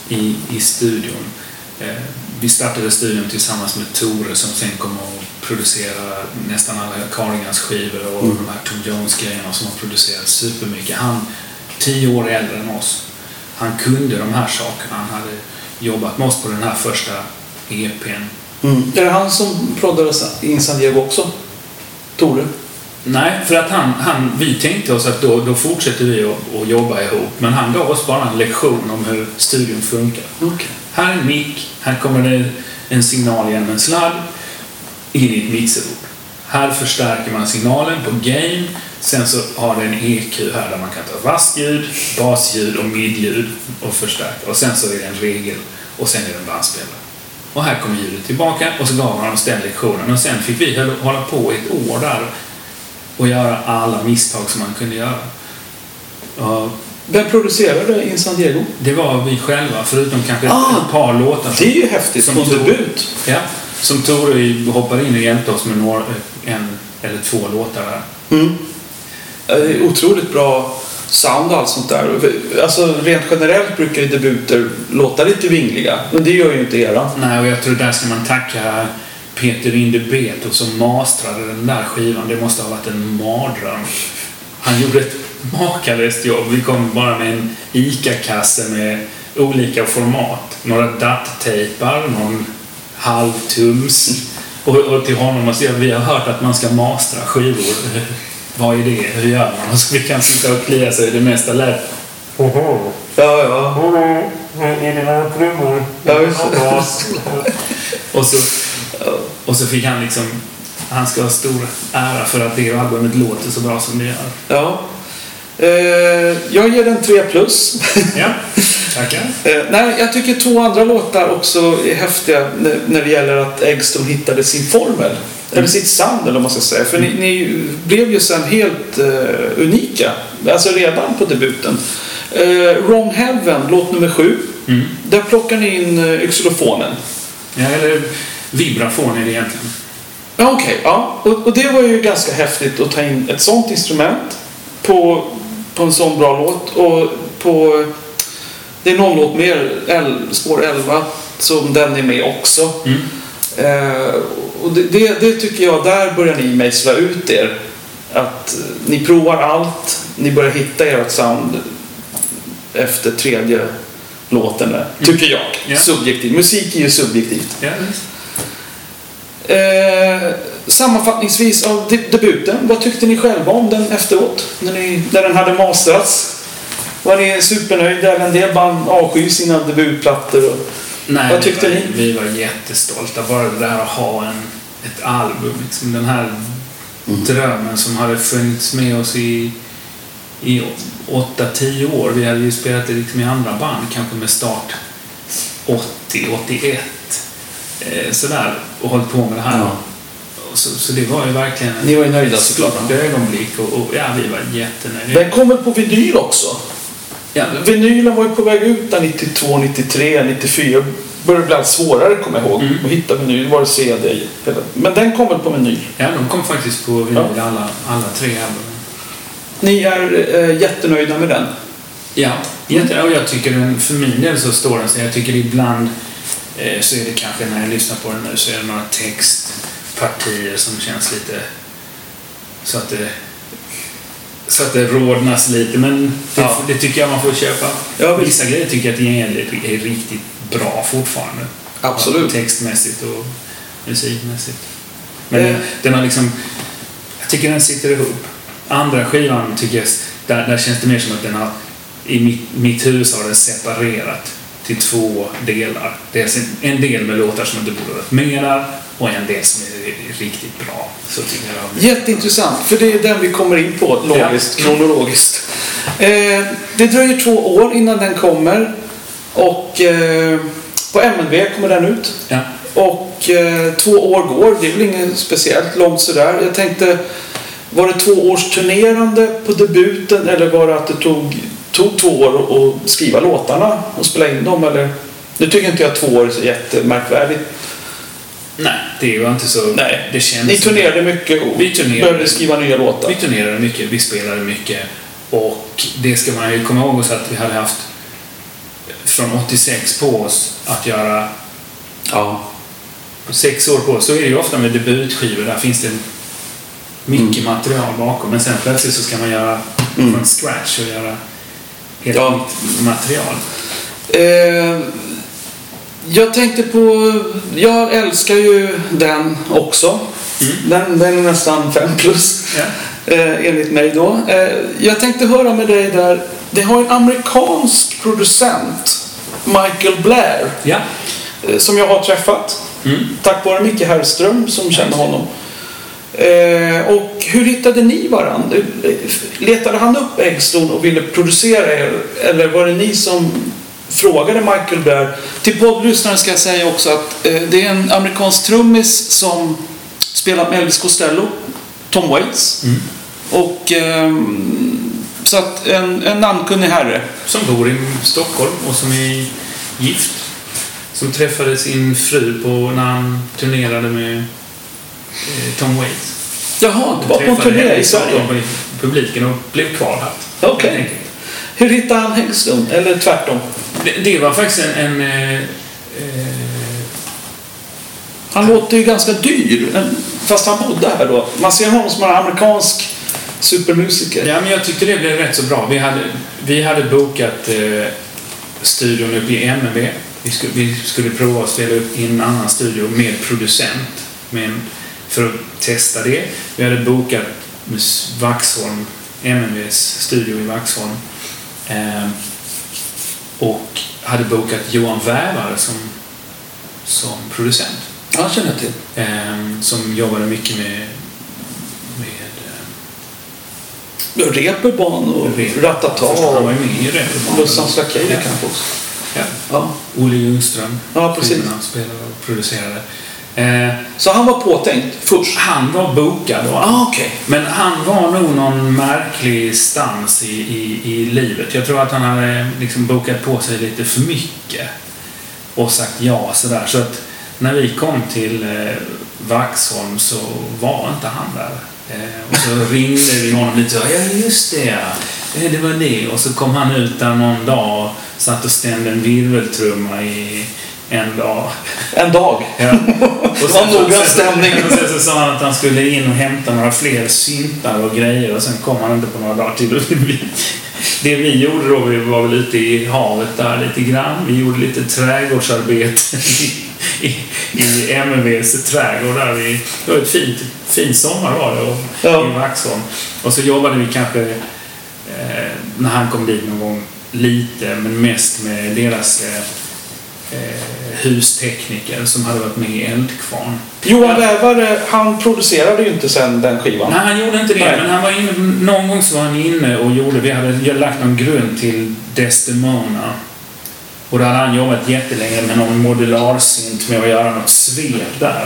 i, i studion. Eh, vi startade studion tillsammans med Tore som sen kom att producera nästan alla Cardigans skivor och mm. de här Tom Jones-grejerna som har producerat supermycket. Han, tio år äldre än oss, han kunde de här sakerna. Han hade jobbat med oss på den här första E P:n. Mm. Är det han som proddade in San Diego också? Tore? Nej, för att han, han, vi tänkte oss att då, då fortsätter vi att, att jobba ihop. Men han gav oss bara en lektion om hur studion funkar. Okay. Här är en mick, här kommer det en signal genom en sladd in i ett mixerbord. Här förstärker man signalen på gain. Sen så har det en E Q här där man kan ta rastljud, basljud och midljud och förstärka. Och sen så är det en regel och sen är det en bandspelare. Och här kommer ljudet tillbaka och så gav han oss den lektionen. Och sen fick vi hålla på ett år där och göra alla misstag som man kunde göra. Och vem producerade In San Diego? det var vi själva, förutom kanske Ah, ett par låtar. Det är ju häftigt som debut. Ja, som Tore hoppade in och hjälpte oss med några, en eller två låtar där. Mm. Det är otroligt bra sound och allt sånt där. Alltså rent generellt brukar ju debuter låta lite vingliga, men det gör ju inte era. Nej, och jag tror där ska man tacka Peter Indebeto som mastrade den där skivan. Det måste ha varit en mardröm. Han gjorde ett makalöst jobb. Vi kom bara med en ICA-kasse med olika format. Några dattejpar, någon halvtums. Och, och till honom och säga, vi har hört att man ska mastra skivor. Vad är det? Hur gör man? Och så vi kan sitta och klia sig i det mesta lätt. Ja, ja. Är det några trummor? Ja, just och, så, och så fick han liksom, han ska ha stor ära för att det albumet låter så bra som det gör. Ja. Eh, jag ger den tre plus. Ja, tackar. eh, nej, jag tycker två andra låtar också är häftiga när, när det gäller att Eggstone hittade sin formel. Mm. Eller sitt sound, eller vad man ska säga. För mm. ni, ni blev ju sen helt eh, unika. Alltså redan på debuten. Eh, Wrong Heaven, låt nummer sju. Mm. Där plockar ni in eh, xylofonen. Ja, eller vibrafon är det egentligen. Ja, okej. Okay, ja. Och, och det var ju ganska häftigt att ta in ett sånt instrument på, på en sån bra låt. Och på, det är någon låt mer, el, spår elva, som den är med också. Mm. Eh, och det, det, det tycker jag, där börjar ni mejsla ut er. Att ni provar allt, ni börjar hitta ert sound efter tredje låten där, tycker jag. Yeah. Subjektivt. Musik är ju subjektivt. Yeah. Eh, sammanfattningsvis av de- debuten, vad tyckte ni själva om den efteråt? När, ni, när den hade masterats? Var ni supernöjda? En del band avskyr sina debutplattor. Och, Nej, vad tyckte vi var, ni? vi var jättestolta. Bara det där att ha en, ett album. Liksom den här mm. drömmen som hade funnits med oss i, i åtta, tio år. Vi hade ju spelat det liksom i andra band, kanske med start åttio, åttioett. Eh, sådär, och hållit på med det här. Ja. Så, så det var ju verkligen Ni var ju nöjda, ett såklart. stort ögonblick. Och, och ja, vi var jättenöjda. Den kom väl på vinyl också? Ja. Vinylen var ju på väg ut där nittiotvå, nittiotre, nittiofyra. Började bli allt svårare, kommer jag ihåg, Mm. att hitta vinyl. Var det C D? Men den kom väl på vinyl? Ja, de kom faktiskt på vinyl, Ja. alla, alla tre albumen. Ni är äh, jättenöjda med den? Ja, jätte, och jag tycker den, för min del så står den så. Jag tycker ibland eh, så är det kanske, när jag lyssnar på den nu, så är det några textpartier som känns lite så att det så att det rådnas lite, men det, Ja. det tycker jag man får köpa. Ja, visst. Vissa grejer tycker jag att det är, är riktigt bra fortfarande. Absolut. Textmässigt och musikmässigt. Men Eh. den, den har liksom, jag tycker den sitter ihop. Andra skivan tycker jag, där, där känns det mer som att den har, i mitt, mitt hus har den separerat till två delar. Dels en, en del med låtar som inte borde varit med där och en del som är riktigt bra. Så tycker jag. Jätteintressant, för det är den vi kommer in på logiskt, Ja. kronologiskt. Eh, det dröjer två år innan den kommer, och eh, på M N V kommer den ut. Ja. Och eh, två år går, det är väl inget speciellt långt sådär. Jag tänkte, var det två års turnerande på debuten, eller var det att det tog, tog två år att skriva låtarna och spela in dem? Eller? Nu tycker inte jag två år är så jättemärkvärdigt. Nej, det var inte så. Nej. Det känns Ni turnerade mycket och Vi turnerade. började skriva nya låtar. Vi turnerade mycket, vi spelade mycket, och det ska man ju komma ihåg så att vi hade haft från åttiosex på oss att göra Ja. på sex år på oss. Så är det ju ofta med debutskivor. Där finns det mycket mm. material bakom. Men sen plötsligt så ska man göra mm. från scratch och göra helt ja. nytt material. Eh, jag tänkte på... Jag älskar ju den också. Mm. Den, den är nästan fem plus. Ja. Eh, enligt mig då. Eh, jag tänkte höra med dig där. Det har en amerikansk producent, Michael Blair. Ja. Eh, som jag har träffat. Mm. Tack vare Micke Herrström som känner honom. Eh, och hur hittade ni varandra? Letade han upp Eggstone och ville producera er? Eller var det ni som frågade Michael Blair? Till poddlyssnaren ska jag säga också att eh, det är en amerikansk trummis som spelat med Elvis Costello, Tom Waits. Mm. Och eh, så att en, en namnkunnig herre. Som bor i Stockholm och som är gift. Som träffade sin fru på när han turnerade med eh, Tom Waits. Jaha, det var på en turné i Sverige. Publiken och blev kvar här. Okej. Okay. Hur hittade han Eggstone? Eller tvärtom? Det, det var faktiskt en... en eh, eh, han låter ju ganska dyr. Fast han bodde här då. Man ser honom som en amerikansk supermusiker. Ja, men jag tyckte det blev rätt så bra. Vi hade, vi hade bokat eh, studion uppe i M M V. Vi skulle, vi skulle prova att spela upp i en annan studio med producent. Med en, för att testa det. Vi hade bokat Vaxholm, M M V:s studio i Vaxholm. Eh, och hade bokat Johan Vävare som, som producent. Ja, känner jag till. Eh, som jobbade mycket med med eh, Reeperbahn och Ratata. Han var ju med i Reeperbahn. Lussans Lakejer ja. kanske också. Ja. Ja. Olle Ljungström. Ja, precis. Han spelade och producerade. Eh, så han var påtänkt först? Han var bokad. Ah, okay. Men han var nog någon märklig stans i, i, i livet. Jag tror att han hade liksom bokat på sig lite för mycket. Och sagt ja sådär. Så att när vi kom till eh, Vaxholm så var inte han där. Eh, och så ringde vi honom lite och ja just det ja. Det var det. Och så kom han ut där någon dag och satt och stämde en virveltrumma i en dag. En dag? Ja. Och det var noggrann stämning. Och sen så sa han att han skulle in och hämta några fler syntar och grejer. Och sen kom han inte på några dagar till. Det vi gjorde då, vi var väl ute i havet där lite grann. Vi gjorde lite trädgårdsarbete i, i, i M M V:s trädgård där. Vi, det var ett fint, fint sommar var det och, ja. i Vaxholm. Och så jobbade vi kanske eh, när han kom dit någon gång lite, men mest med deras eh, eh, hustekniker som hade varit med i Eldkvarn. Johan Vävare, han producerade ju inte sen den skivan. Nej, han gjorde inte det. Nej. Men han var inne, någon gång så var han inne och gjorde, vi hade lagt någon grund till Desdemona. Och då hade han jobbat jättelänge med någon modularsynt med att göra något svep där.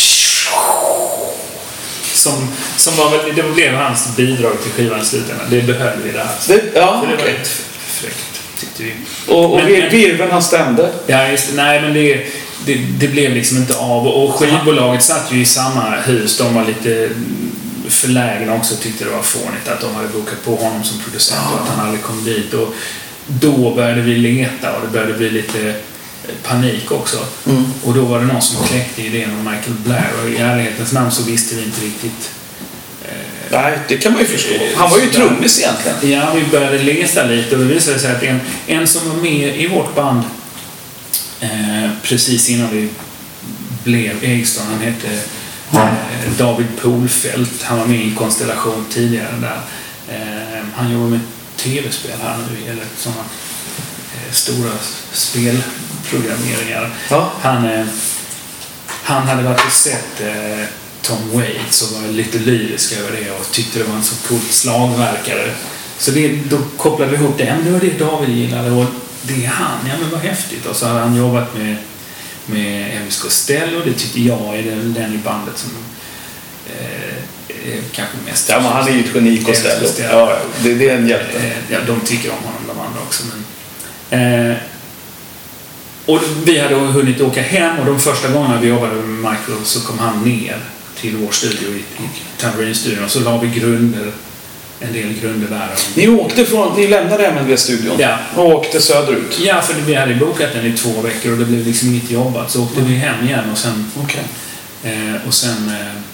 Som, som var väl, det blev hans bidrag till skivan i slutändan. Det behöll vi där. Det, ja, det okay. var ett fräckt, tyckte vi. Och, och virveln han stämde? Ja, just, nej men det, det, det blev liksom inte av. Och skivbolaget satt ju i samma hus. De var lite förlägna också, tyckte det var fånigt att de hade bokat på honom som producent ja. och att han aldrig kom dit. Och då började vi leta och det började bli lite panik också. Mm. Och då var det någon som kläckte idén om Michael Blair och i ärlighetens namn så visste vi inte riktigt. Eh, Nej, det kan man ju förstå. Han var ju trummis egentligen. Ja, vi började leta lite och det visade sig att en, en som var med i vårt band eh, precis innan vi blev Eggstone, han hette eh, David Polfelt. Han var med i en konstellation tidigare där. Eh, han jobbar med tv-spel här nu, eller sådana eh, stora spelprogrammeringar. Ja. Han, eh, han hade varit och sett eh, Tom Waits och var lite lyrisk över det och tyckte det var en så cool slagverkare. Så det, då kopplade vi ihop det. Det var det David gillade och det är han. Ja, men vad häftigt. Och så hade han jobbat med, med Elvis Costello. Det tyckte jag är den, den i bandet som eh, kanske mest. Ja, men han är ju ett geni, Costello. Ja, det, det är en hjälte. Ja, de tycker om honom, de andra också. Men, eh, och vi hade hunnit åka hem och de första gångerna vi jobbade med Michael så kom han ner till vår studio i, i Tambourine-studion och så la vi grunder en del grunder där. Ni åkte från, ni lämnade M N V-studion ja. och åkte söderut? Ja, för vi hade bokat den i två veckor och det blev liksom inget jobbat. Så åkte mm. vi hem igen och sen... Okay. Eh, och sen...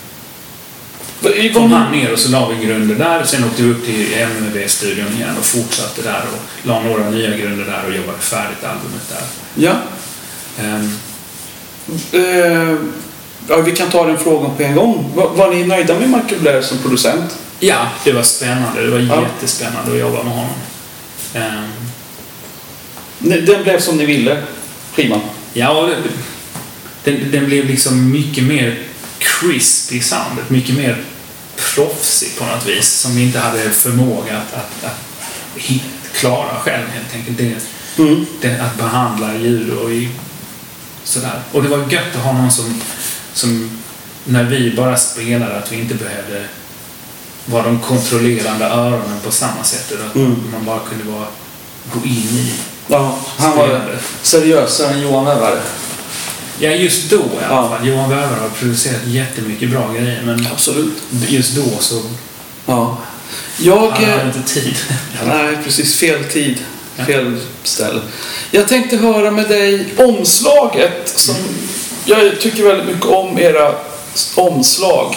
Eh, kom han ner och så la vi grunder där. Sen åkte vi upp till M N V-studion igen och fortsatte där och la några nya grunder där och jobbade färdigt albumet där. Ja. Um, uh, ja, vi kan ta den frågan på en gång. Var, var ni nöjda med Michael Blair som producent? Ja, det var spännande. Det var ja. jättespännande att jobba med honom. Um, den blev som ni ville, skivan? Ja, den, den blev liksom mycket mer crispy soundet. Mycket mer proffsig på något vis. Som vi inte hade förmåga att, att, att hit, klara själv helt enkelt. Det, mm. det, att behandla ljud och i, sådär. Och det var gött att ha någon som, som när vi bara spelade, att vi inte behövde vara de kontrollerande öronen på samma sätt. Att mm. man bara kunde bara gå in i. Ja, han var seriösare än Johan Wäfvare. Ja, just då i alla fall. Ja. Johan Wäfvare har producerat jättemycket bra grejer, men absolut. Just då så ja. Jag han hade inte tid. Nej, precis. Fel tid. Ja. Fel ställe. Jag tänkte höra med dig omslaget som mm. jag tycker väldigt mycket om era omslag.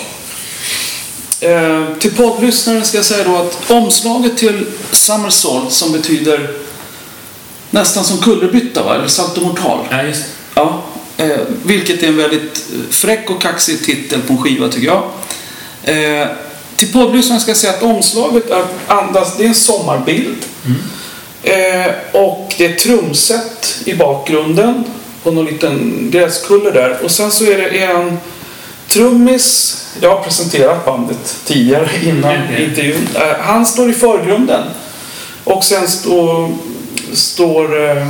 Eh, till poddlyssnaren ska jag säga då att omslaget till Somersault, som betyder nästan som kullerbytta, va? Eller saltomortal. Ja, just det. Ja, eh, vilket är en väldigt fräck och kaxig titel på en skiva, tycker jag. Eh, till poddlyssnaren ska jag säga att omslaget är, andas, det är en sommarbild. Mm. Eh, och det är trumset i bakgrunden på någon liten gräskulle där. Och sen så är det en trummis. Jag har presenterat bandet tidigare innan mm. intervjun. Eh, han står i förgrunden. Och sen står, står eh,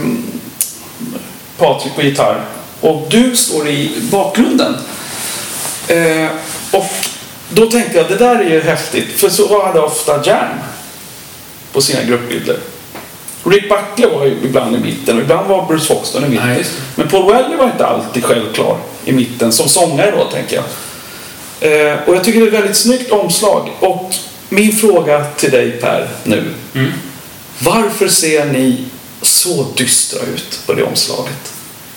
Patrik på gitarr. Och du står i bakgrunden. Eh, och då tänkte jag, det där är ju häftigt. För så hade ofta Jam på sina gruppbilder. Rick Buckley var ju ibland i mitten och ibland var Bruce Foxton i mitten. Nej. Men Paul Weller var inte alltid självklar i mitten som sångare då, tänker jag. Eh, och jag tycker det är ett väldigt snyggt omslag. Och min fråga till dig, Per, nu. Mm. Varför ser ni så dystra ut på det omslaget?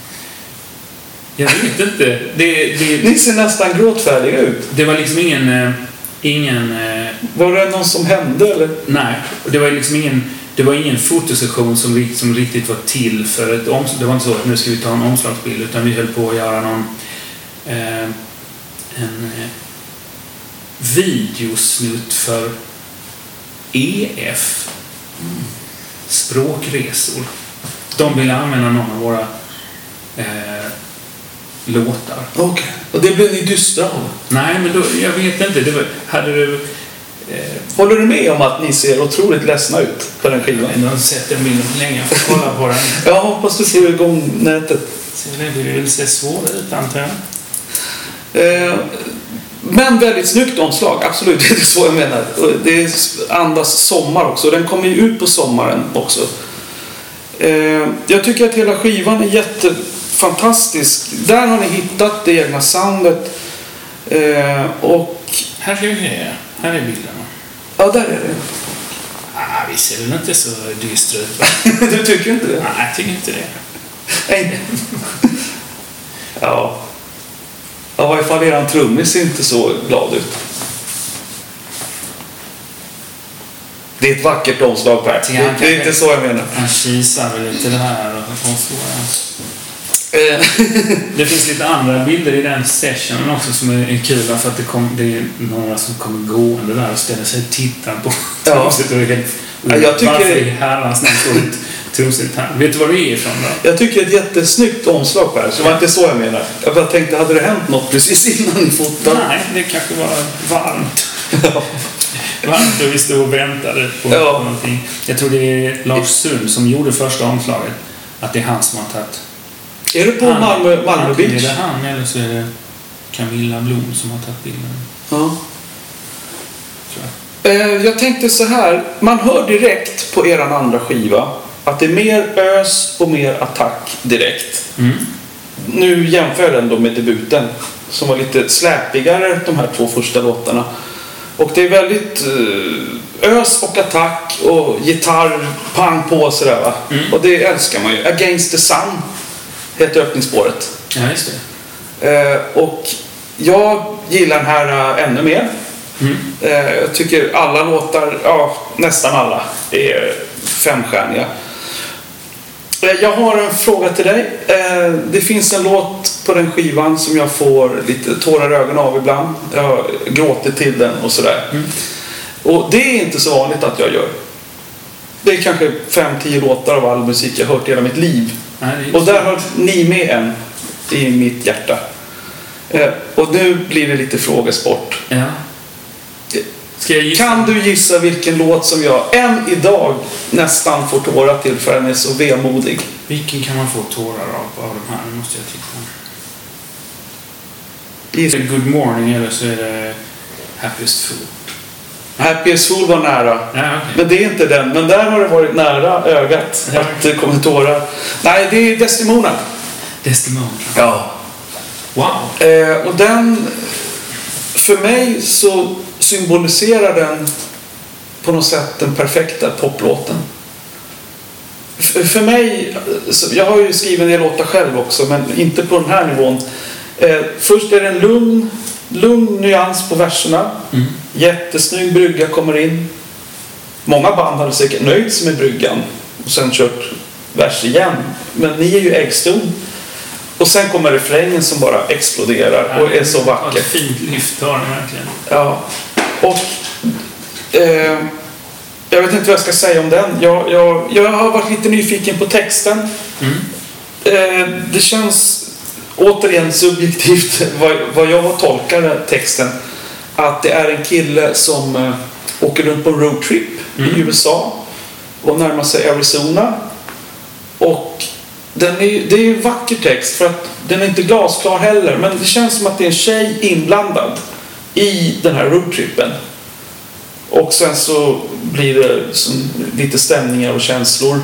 Jag vet inte. Det, det, ni ser nästan gråtfärdiga ut. Det var liksom ingen... ingen var det någon som hände, eller? Nej, det var liksom ingen... Det var ingen fotosession som, som riktigt var till för ett omslag. Det var inte så att nu ska vi ta en omslagsbild, utan vi höll på att göra någon eh, en eh, videosnutt för E F. Mm. Språkresor. De ville använda någon av våra eh, låtar. Okej. Okay. Och det blev ni dystra av? Nej, men då, jag vet inte. Det var, hade du... Håller du med om att ni ser otroligt ledsna ut på den skivan? Jag har sett den bilden länge. Jag får kolla på den. Jag hoppas du får igång nätet. Det vill se svårt ut, antar jag. Eh, men väldigt snyggt omslag. Absolut, det är så jag menar. Det andas sommar också. Den kommer ju ut på sommaren också. Eh, jag tycker att hela skivan är jättefantastisk. Där har ni hittat det egna soundet. Eh, och... Här ska vi se. Här är bilderna. Ja, där är det. Ah, vi ser väl inte så dystra ut, va? Du tycker inte det? Nej, jag tycker inte det. Nej. Ja. Ja, i varje fall eran trummis ser inte så glad ut. Det är ett vackert omslag, Per. Det, det, det är inte så jag menar. Han kisar väl lite det här. Och så, ja. Det finns lite andra bilder i den sessionen också som är kul, för att det, kom, det är några som kommer gående där och ställer sig och tittar på trumset. Ja. Jag tycker varför i herrans namn står ett trumset här? Vet du vad det är ifrån då? Jag tycker det är ett jättesnyggt omslag, Per. Så det var inte så jag menar. Jag bara tänkte, hade det hänt något precis innan ni fotade? Nej, det kanske var varmt. Ja. Varmt och vi stod och väntade på ja. någonting. Jag tror det är Lars Sund som gjorde första omslaget. Att det är han som har tagit. Är det på han, Malmö, Malmö Beach? Är det han eller så är det Camilla Blom som har tagit bilden? Ja. Jag. jag tänkte så här. Man hör direkt på eran andra skiva att det är mer ös och mer attack direkt. Mm. Nu jämför jag den då med debuten som var lite släpigare, de här två första låtarna. Och det är väldigt uh, ös och attack och gitarr, pang på sådär va. Mm. Och det älskar man ju. Against the Sun heter öppningsspåret. Ja, just det. Uh, och jag gillar den här uh, ännu mer. Mm. Uh, jag tycker alla låtar, ja nästan alla, är femstjärniga. Jag har en fråga till dig. Det finns en låt på den skivan som jag får lite tårar i ögonen av ibland. Jag gråter till den och sådär. Mm. Och det är inte så vanligt att jag gör. Det är kanske fem tio låtar av all musik jag har hört hela mitt liv. Nej, och där har ni med en i mitt hjärta. Och nu blir det lite frågesport. Ja. Kan du gissa vilken låt som jag än idag nästan får tårar till för den är så vemodig? Vilken kan man få tårar av av de här? Nu måste jag titta. Giss. Är det Good Morning eller så är det Happiest Fool? Happiest Fool var nära. Ja, okay. Men det är inte den. Men där har det varit nära ögat ja, att det kommer tårar. Nej, det är Desdemona. Desdemona? Ja. Wow. Eh, och den... För mig så symboliserar den på något sätt den perfekta poplåten. F- för mig, jag har ju skrivit en del låtar själv också, men inte på den här nivån. Eh, först är det en lugn, lugn nyans på verserna. Mm. Jättesnygg brygga kommer in. Många band hade säkert nöjt sig med bryggan och sen kört vers igen. Men ni är ju äggston. Och sen kommer refrängen som bara exploderar och är så vacker. Ja, fint lyft har den verkligen. Ja. Och eh, jag vet inte vad jag ska säga om den. Jag, jag, jag har varit lite nyfiken på texten. Mm. Eh, det känns återigen subjektivt vad, vad jag tolkar texten. Att det är en kille som eh, åker runt på en roadtrip mm. i U S A och närmar sig Arizona. Och den är, det är ju vacker text för att den är inte glasklar heller, men det känns som att det är en tjej inblandad i den här roadtrippen. Och sen så blir det som lite stämningar och känslor.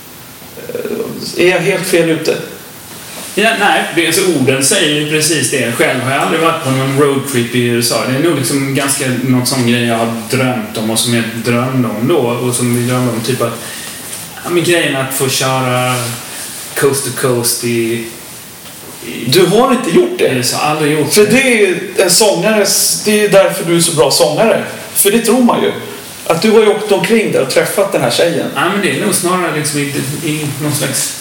Är jag helt fel ute? Ja, nej, det, alltså, orden säger ju precis det. Själv har jag aldrig varit på någon roadtrip i U S A. Det är nog liksom ganska någon sån grej jag har drömt om och som jag drömde om då. Och som vi drömde om typ att ja, men grejen att få köra coast to coast i, i... Du har inte gjort det? Det så aldrig gjort för det. Det är en sångare, det är därför du är så bra sångare. För det tror man ju. Att du har ju åkt omkring där och träffat den här tjejen. Ja, men det är nog snarare liksom i, i någon slags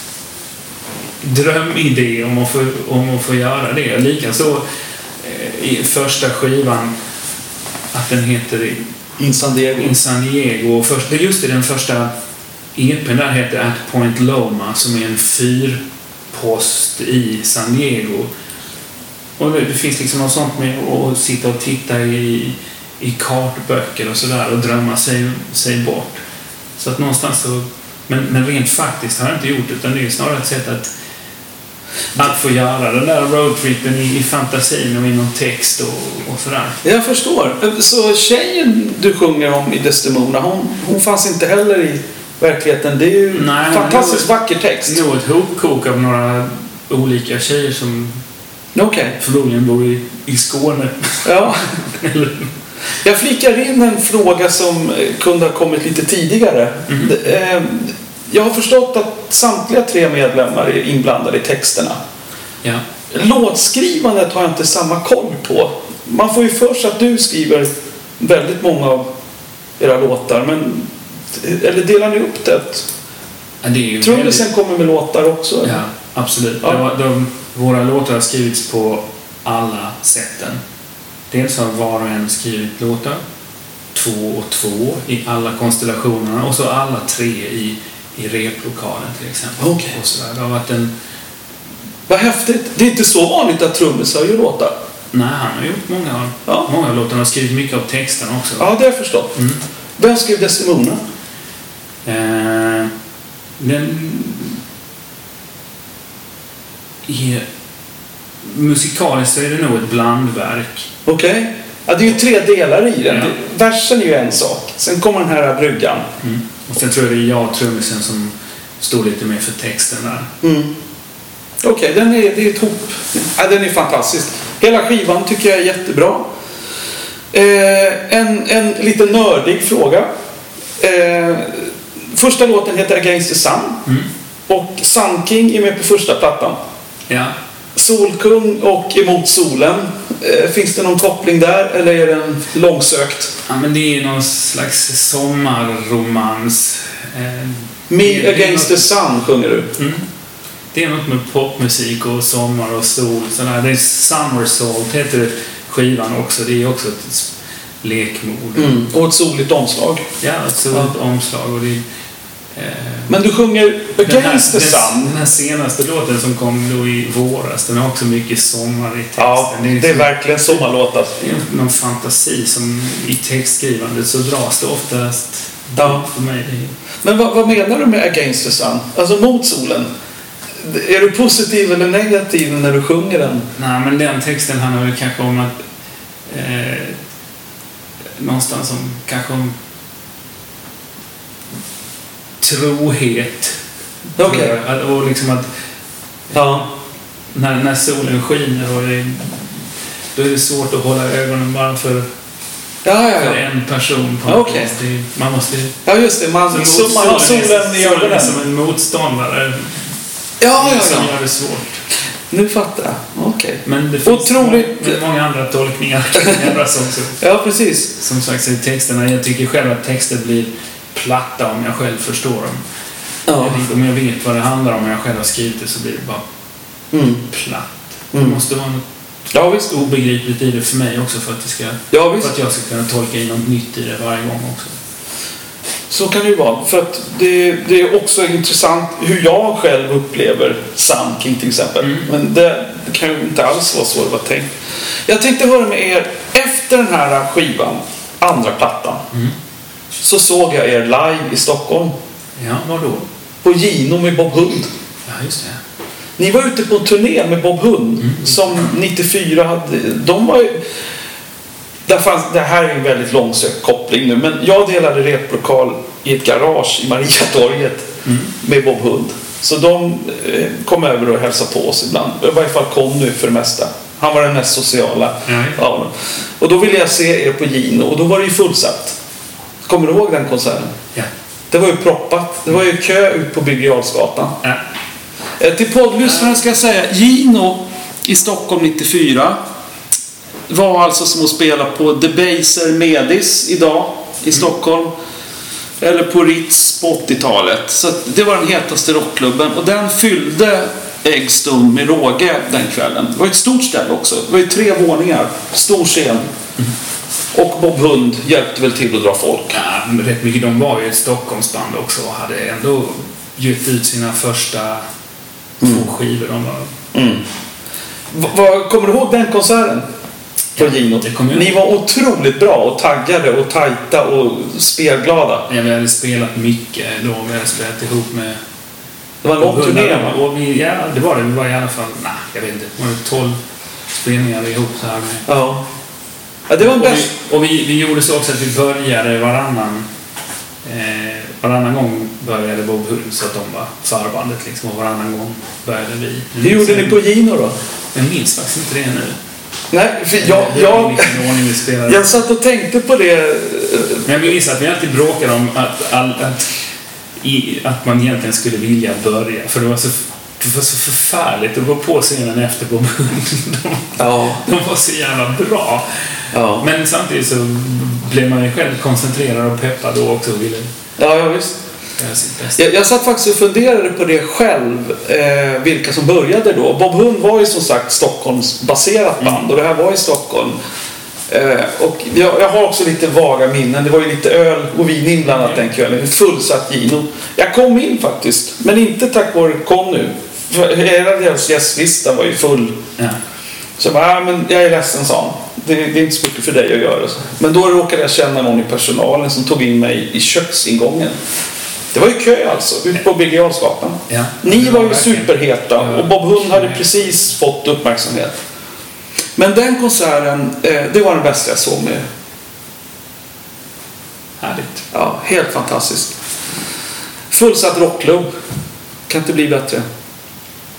drömidé om att få, om att få göra det. Likaså eh, i första skivan att den heter In San Diego. In San Diego. Och först, just det, den första E P:n där heter At Point Loma som är en fyrpost i San Diego. Och det, det finns liksom något sånt med att sitta och titta i, i kartböcker och sådär och drömma sig, sig bort. Så att någonstans så, men, men rent faktiskt har jag inte gjort det, utan det är snarare ett sätt att att få göra den där roadtrippen i, i fantasin och i någon text och, och sådär. Jag förstår. Så tjejen du sjunger om i Desdemona, hon, hon fanns inte heller i verkligheten. Det är ju en fantastiskt nog, vacker text. Nog ett hopkok av några olika tjejer som okay. förmodligen bor i, i Skåne. Ja. Jag flikar in en fråga som kunde ha kommit lite tidigare. Mm-hmm. Jag har förstått att samtliga tre medlemmar är inblandade i texterna. Ja. Låtskrivandet har jag inte samma koll på. Man får ju för sig att du skriver väldigt många av era låtar, men eller delar ni upp det? Ja, det är tror du väldigt... sen kommer med låtar också? Ja, absolut. Ja. De, de, våra låtar har skrivits på alla sätten. Dels har var och en skrivit låtar, två och två i alla konstellationerna och så alla tre i i replokalen till exempel. Okay. Och så där. Det har varit en... Vad häftigt. Det är inte så vanligt att trummisar gör låtar. Nej, han har gjort många, ja. många låtar. Han har skrivit mycket av texten också. Ja, det har jag förstått. Mm. Vem skrev Desdemona? Eh, den... Är... Musikaliskt är det nog ett blandverk. Okej. Okay. Ja, det är ju tre delar i den. Ja. Versen är ju en sak. Sen kommer den här bryggan. Mm. Och sen tror jag det är jag, trummisen, som står lite mer för texten där. Mm. Okej, okay, den är, det är ett hop. Ja, den är fantastisk. Hela skivan tycker jag är jättebra. Eh, Eh, en, en lite nördig fråga. Eh, första låten heter Against the Sun. Mm. Och Sun King är med på första plattan. Ja. Solkung och Emot solen. Eh, finns det någon koppling där eller är den långsökt? Ja, men det är någon slags sommarromans. Eh, Me Against the Sun sjunger du. Mm. Det är något med popmusik och sommar och sol. Sådär. Det är Summer Salt heter skivan också. Det är också ett lekmord. Mm. Och ett soligt omslag. Ja, ett soligt ja. omslag. Och det, eh, Men du sjunger Against den här, the Sun. Den här senaste låten som kom då i våras, den har också mycket sommar i texten. Ja, det är, liksom, det är verkligen sommarlåtar. Det är någon fantasi som i textskrivandet så dras det oftast ja. för mig. Men vad, vad menar du med Against the Sun? Alltså mot solen? Är du positiv eller negativ när du sjunger den? Nej, men den texten handlar väl kanske om att eh, någonstans som kanske om trohet. Okej. Okay. Och liksom att ja. när, när solen skiner och det, då är det svårt att hålla ögonen bara för, ja, ja, ja. för en person. På okay. det, man måste, ja, just det. Man, så man har solen i ögonen. Som en motståndare. Ja, ja, ja. Som gör det svårt. Nu fattar jag. Okej. Okay. Men det finns otroligt många, många andra tolkningar. också. Ja, precis. Som sagt i texterna. Jag tycker själv att texter blir platta om jag själv förstår dem. Ja. Jag, om jag vet vad det handlar om och jag själv har skrivit det så blir det bara mm. platt. Mm. Det måste vara något ja, visst. obegripligt i det för mig också för att, det ska, ja, visst. för att jag ska kunna tolka in något nytt i det varje gång också. Så kan det ju vara. För att det, det är också intressant hur jag själv upplever Sun King till exempel. Mm. Men det, det kan ju inte alls vara så det var tänkt. Jag tänkte höra med er, efter den här skivan, andra plattan, mm. så såg jag er live i Stockholm. Ja, var då? På Gino med Bob Hund. Ja, just det. Ni var ute på en turné med Bob Hund mm. som nittiofyra hade... De var ju... Där fanns, det här är en väldigt långsökt koppling nu, men jag delade replokal i ett garage i Mariatorget mm. med Bob Hund. Så de eh, kom över och hälsade på oss ibland. I varje fall Conny för det mesta. Han var den mest sociala. Mm. Ja. Och då ville jag se er på Gino och då var det ju fullsatt. Kommer du ihåg den konserten? Ja. Det var ju proppat. Det var ju kö ut på Birger Jarlsgatan. Ja. Eh, till poddlyssnaren ska jag säga, Gino i Stockholm nittiofyra var alltså som att spela på Debaser Medis idag i mm. Stockholm. Eller på Ritz på åttiotalet. Så det var den hetaste rockklubben. Och den fyllde Äggstund med råge den kvällen. Det var ett stort ställe också. Det var ju tre våningar. Stor scen. Mm. Och Bob Hund hjälpte väl till att dra folk. Ja, men rätt mycket. De var ju ett Stockholmsband också. Och hade ändå gett ut sina första mm. två skivor. De var... Mm. V- vad, kommer du ihåg den konserten? På Gino. Ni var otroligt bra och taggade och tajta och spelglada. Ja, vi hade spelat mycket då. Vi hade spelat ihop med... Det var en lång turné. Och vi, ja, det var det. Vi var i alla fall... Nej, jag vet inte. Det var tolv spelningar ihop så här med. Ja. Ja, det var en och bäst. vi, och vi, vi gjorde så också att vi började varannan... Eh, varannan gång började Bob Hund så att de var förbandet liksom. Och varannan gång började vi. Hur gjorde ni på Gino då? Jag minns faktiskt inte det nu. Nej, för jag, jag, jag, jag satt och tänkte på det. Men jag minns att vi alltid bråkade om att, all, att, i, att man egentligen skulle vilja börja. För det var så, det var så förfärligt att gå på scenen efter på de, ja. de var så jävla bra. Ja. Men samtidigt så blev man ju själv koncentrerad och peppad då också. Ville ja, ja, visst. Jag, jag satt faktiskt och funderade på det själv, eh, vilka som började då. Bob Hund var ju som sagt Stockholms baserat band mm. och det här var i Stockholm. Eh, och jag, jag har också lite vaga minnen. Det var ju lite öl och vin inblandat mm. den kvällen. Fullsatt Gino. Jag kom in faktiskt, men inte tack vare Conny. Hela deras gästlista var ju full. Mm. Så jag bara, men jag är ledsen, sa han. Det, det är inte så mycket för dig att göra. Men då råkade jag känna någon i personalen som tog in mig i köksingången. Det var ju kö alltså, ute på Birger Jarlsgatan. Ja, Ni var, var ju superheta och Bob Hund hade precis fått uppmärksamhet. Men den konserten, eh, det var den bästa jag såg med. Härligt. Ja, helt fantastiskt. Fullsatt rockklubb. Kan inte bli bättre.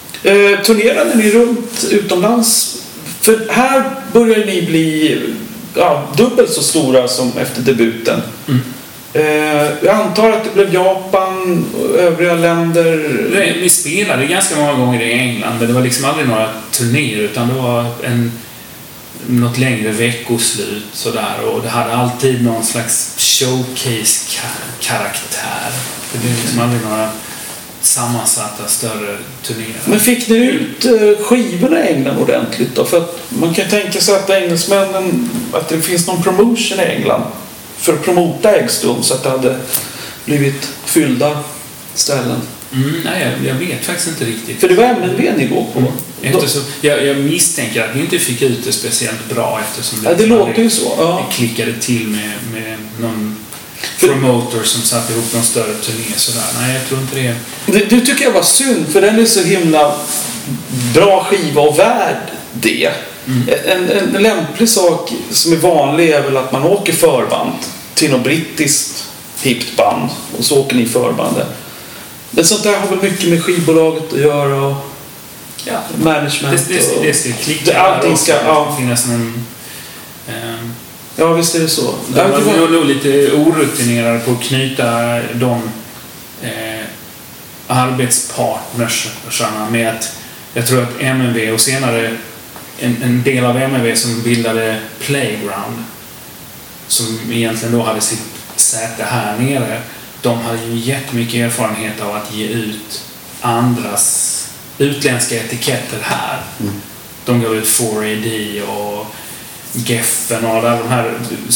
Eh, turnerade ni runt utomlands? För här börjar ni bli ja, dubbelt så stora som efter debuten. Mm. Eh, jag antar att det blev Japan och övriga länder. Vi spelade ganska många gånger i England, men det var liksom aldrig några turnéer, utan det var en, något längre veckoslut sådär, och det hade alltid någon slags showcase-karaktär. Det blev liksom aldrig några sammansatta större turnéer. Men fick ni ut skivorna i England ordentligt då? För att man kan tänka sig att engelsmännen, att det finns någon promotion i England för att promota Äggstund så att det hade blivit fyllda ställen. Mm, nej, jag, jag vet faktiskt inte riktigt. För det var M N V ni låg på. Mm. Eftersom, jag, jag misstänker att ni inte fick ut det speciellt bra, eftersom det, ja, det låter ju så. Ja. klickade till med, med någon promotor som satte ihop någon större turné sådär. Nej, jag tror inte det. Det, det tycker jag var synd, för den är så himla bra skiva och värd det. Mm. En, en lämplig sak som är vanlig är väl att man åker förband till något brittiskt hippt band och så åker ni förbandet. Men sånt där har väl mycket med skivbolaget att göra och ja, management. Det, det, och, det ska klicka. Allting ska ja. finnas någon... Eh, ja, visst är det så. De var, var nog lite orutinerade på att knyta de eh, arbetspartnersarna med att jag tror att M N V och senare en, en del av M N V som bildade Playground, som egentligen då hade sitt säte här nere, de hade ju jättemycket erfarenhet av att ge ut andras utländska etiketter här. Mm. De gav ut four A D och Geffen och alla de här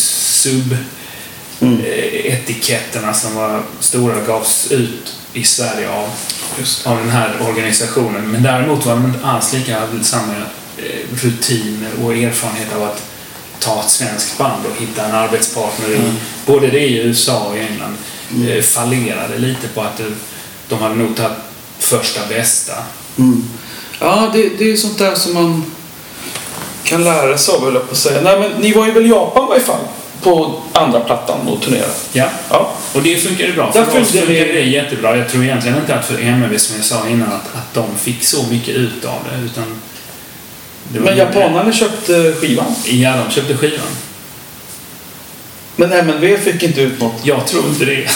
sub-etiketterna som var stora gavs ut i Sverige av, av den här organisationen. Men däremot var de inte alls lika samma rutiner och erfarenhet av att ta ett svenskt band och hitta en arbetspartner i mm. både det i U S A och England. Mm. Fallerade lite på att de hade nog tagit första bästa. Mm. Ja, det, det är sånt där som man kan lära sig av, höll jag på att säga. Nej, men ni var ju väl i Japan i alla fall på andra plattan och turnerade. Ja. ja, och det funkade bra. För oss funkade det jättebra. Jag tror egentligen inte att för M M V, som jag sa innan, att, att de fick så mycket ut av det, utan det var. Men japanerna köpte skivan? Ja, de köpte skivan. Men M N V fick inte ut något? Jag tror inte det.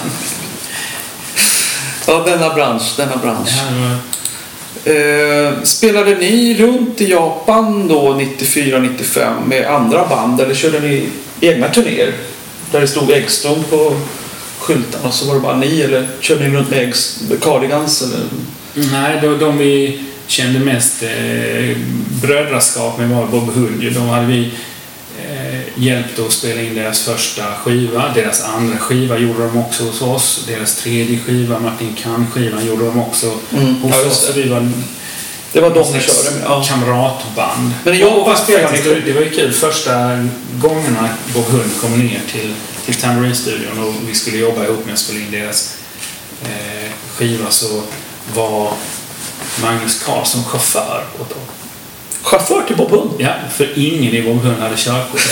Ja, denna bransch, denna bransch. Ja, var... eh, spelade ni runt i Japan då nittiofyra nittiofem med andra band, eller körde ni egna turnéer där det stod Äggstund på skyltarna och så var det bara ni, eller körde ni runt med Äggs, Cardigans eller? Nej, de, de vi kände mest eh, brödraskap med var Bob Hood. Då hade vi eh, hjälpt att spela in deras första skiva. Deras andra skiva gjorde de också hos oss. Deras tredje skiva, Martin Kahn-skivan, gjorde de också mm. hos ja, oss. Vi var det var de ni körde med. Ja. Kamratband. Men jag var faktiskt, det, det var ju kul. Första gångerna Bob Hood kom ner till, till Tambourine-studion och vi skulle jobba ihop med att spela in deras eh, skiva, så var Magnus Karlsson chaufför åt dem. Chaufför till Bob Hood? Ja, för ingen i Bob Hood hade körkort.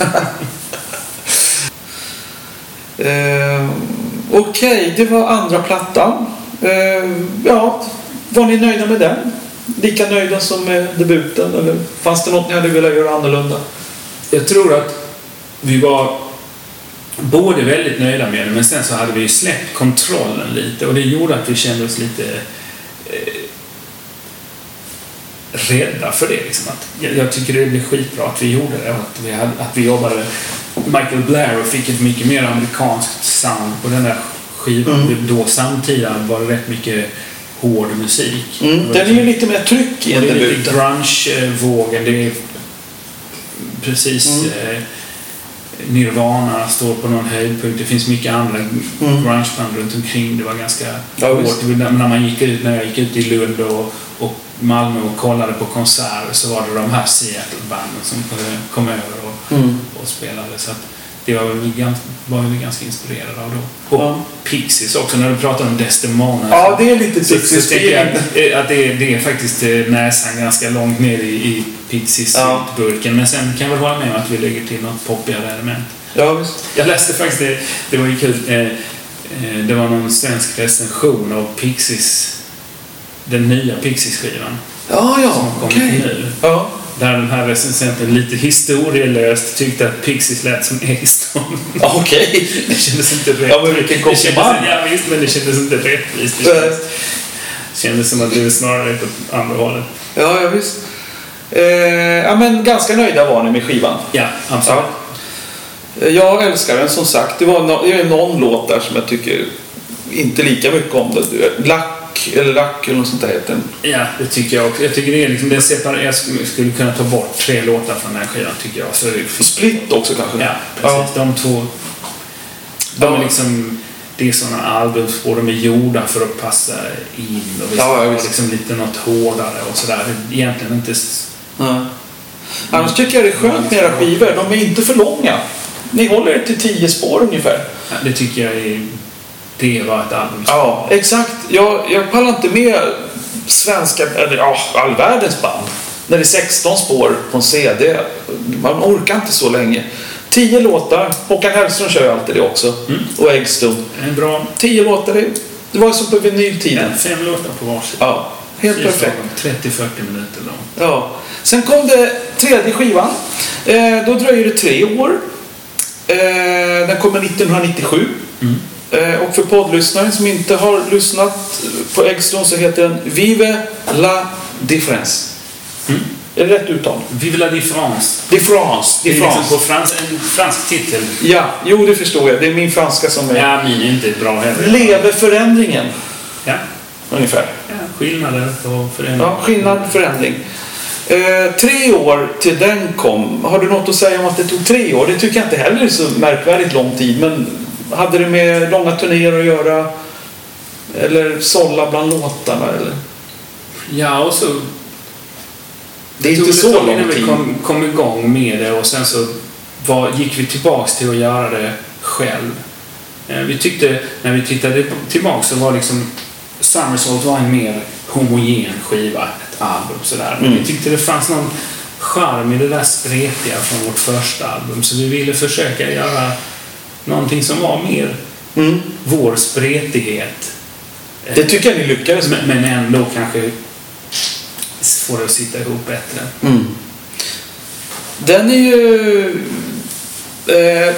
eh, Okej, okay, det var andra plattan. Eh, ja, var ni nöjda med den? Lika nöjda som med debuten? Eller fanns det något ni hade velat göra annorlunda? Jag tror att vi var både väldigt nöjda med det, men sen så hade vi släppt kontrollen lite, och det gjorde att vi kände oss lite eh, rädda för det. Liksom. Att jag, jag tycker det blev skitbra att vi gjorde det, att vi, hade, att vi jobbade Michael Blair och fick ett mycket mer amerikanskt sound på den där skivan. Mm. Då samtidigt var det rätt mycket hård musik. Mm. Den är ju lite mer tryck i en debut. Det är lite grunge-vågen. Det är precis mm. eh, Nirvana står på någon höjdpunkt. Det finns mycket andra mm. grungeband runt omkring. Det var ganska ja, hårt. När man gick ut, när jag gick ut i Lund och, och Malmö och kollade på konserter, så var det de här Seattle-banden som kom över och, mm. och spelade. Så att det var vi, ganska, var vi ganska inspirerade av då. Och ja. Pixies också, när du pratar om Desdemona. Ja, det är lite Pixies. Så jag att, att det, är, det är faktiskt näsan ganska långt ner i, i Pixies-burken. Ja. Men sen kan vi hålla med om att vi lägger till något poppigare element. Ja, visst. Jag läste faktiskt, det, det var ju kul. Eh, det var någon svensk recension av Pixies, den nya Pixies-skivan. Ja, ja, som har kommit okay. nu. Ja. där den här recensenten lite historielöst tyckte att Pixies lät som Eggstone. Okej. Okay. Det kändes inte rättvist. Ja, men vilken komplimang. Ja, visst, men det kändes inte rättvist. Det kändes, kändes som att det var snarare på andra hållet. Ja, ja visst. Eh, ja, men ganska nöjda var ni med skivan. Ja, absolut. Ja. Jag älskar den som sagt. Det var no- det är någon låt där som jag tycker inte lika mycket om det. Lack eller Lack eller något sånt där heter den. Ja, det tycker jag också. Jag tycker det är liksom, det separ- jag skulle kunna ta bort tre låtar från den här skivan, tycker jag. Så det... Split också kanske? Ja, precis. Ja. De två... De ja. är liksom... Det är sådana albumspår, de är gjorda för att passa in. Och vi ja, ja, liksom lite något hårdare och sådär. Egentligen inte... Ja. Annars tycker jag det är skönt med era skivor. De är inte för långa. Ni håller er till tio spår ungefär. Ja, det tycker jag är... Det var ett album. Ja, exakt. Jag, jag pallar inte med svenska, eller ja, all världens band. När det är sexton spår på en C D. Man orkar inte så länge. Tio låtar. Håkan Hellström kör ju alltid det också. Mm. Och Eggstone. En bra... Tio låtar. Det, det var ju som på vinyltiden. Ja, fem låtar på varsin. Ja, helt Fyra perfekt. trettio till fyrtio minuter lång. Ja. Sen kom det tredje skivan. Eh, då dröjer det tre år. Eh, den kommer nittonhundranittiosju. Mm. Och för poddlyssnaren som inte har lyssnat på Eggstone så heter den Vive la Difference. Mm. Är det rätt uttal? Vive la Difference. Difference. Det är liksom på frans, en fransk titel. Ja, jo det förstår jag. Det är min franska som är... Ja, min är inte bra heller. Leve förändringen. Ja. Ungefär. Ja, skillnader och förändring. Ja, skillnad, förändring. Eh, tre år till den kom. Har du något att säga om att det tog tre år? Det tycker jag inte heller är så märkvärdigt lång tid, men... Hade det med långa turnéer att göra? Eller sålla bland låtarna? Eller? Ja, och så... Det är inte så lång tid. När vi kom, kom igång med det och sen så var, gick vi tillbaks till att göra det själv. Eh, vi tyckte, när vi tittade tillbaks så var liksom Somersault var en mer homogen skiva, ett album sådär. Men mm. vi tyckte det fanns någon charm i det där spretiga från vårt första album. Så vi ville försöka göra någonting som var mer mm. vår spretighet. Det tycker jag ni lyckades med. Men ändå kanske får det att sitta ihop bättre. Mm. Den är ju... Eh,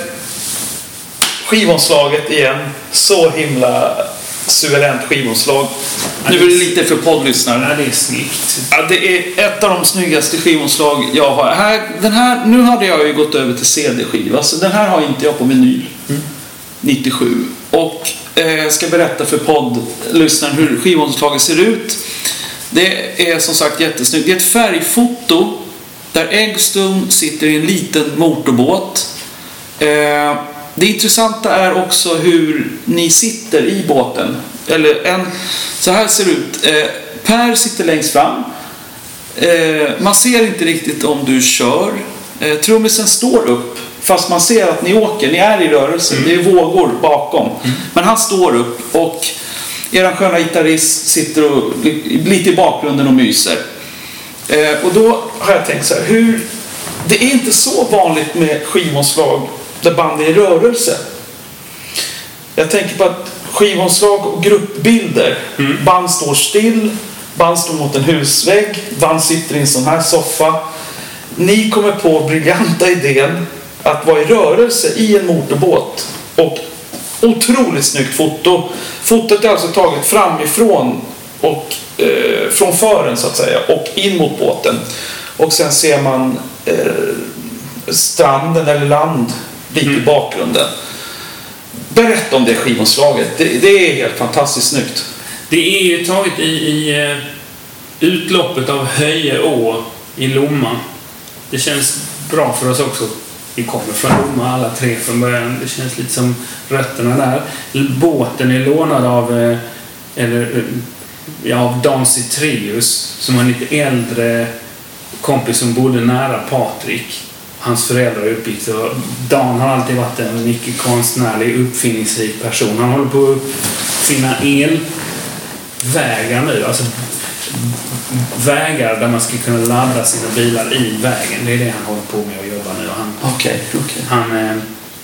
skivomslaget igen. Så himla suveränt skivomslag. Ja, nu är det lite för poddlyssnare. Ja, det är snyggt. Ja, det är ett av de snyggaste skivomslag jag har. Här, den här, nu hade jag ju gått över till C D-skiva. Så den här har inte jag på vinyl. Mm. nittiosju. Och eh, ska berätta för poddlyssnaren hur skivomslaget ser ut. Det är som sagt jättesnyggt. Det är ett färgfoto där Eggstone sitter i en liten motorbåt. Eh, det intressanta är också hur ni sitter i båten. Eller en, så här ser det ut. Eh, Per sitter längst fram. Eh, man ser inte riktigt om du kör. Eh, trummisen står upp. Fast man ser att ni åker. Ni är i rörelse. Mm. Det är vågor bakom. Mm. Men han står upp. Och eran sköna gitarrist sitter och, lite i bakgrunden och myser. Eh, och då har jag tänkt så här. Hur, det är inte så vanligt med skivomslag där band är i rörelse. Jag tänker på att skivomslag och gruppbilder. Mm. Band står still. Band står mot en husvägg. Band sitter i en sån här soffa. Ni kommer på briljanta idén att vara i rörelse i en motorbåt. Och otroligt snyggt foto. Fotot är alltså taget framifrån och eh, från fören så att säga och in mot båten. Och sen ser man eh, stranden eller land lite mm. i bakgrunden. Berätta om det skivomslaget. Det, det är helt fantastiskt snyggt. Det är ju taget i, i uh, utloppet av Höje å i Lomma. Det känns bra för oss också. Vi kommer från Lomma alla tre från början. Det känns lite som rötterna där. Båten är lånad av uh, eller, ja, av Dan Citrius som var en lite äldre kompis som bodde nära Patrik. Hans föräldrar uppgick så Dan har alltid varit en mycket konstnärlig, uppfinningsrik person. Han håller på att uppfinna elvägar nu. Alltså vägar där man ska kunna ladda sina bilar i vägen. Det är det han håller på med att jobba nu. Han, okay, okay. han är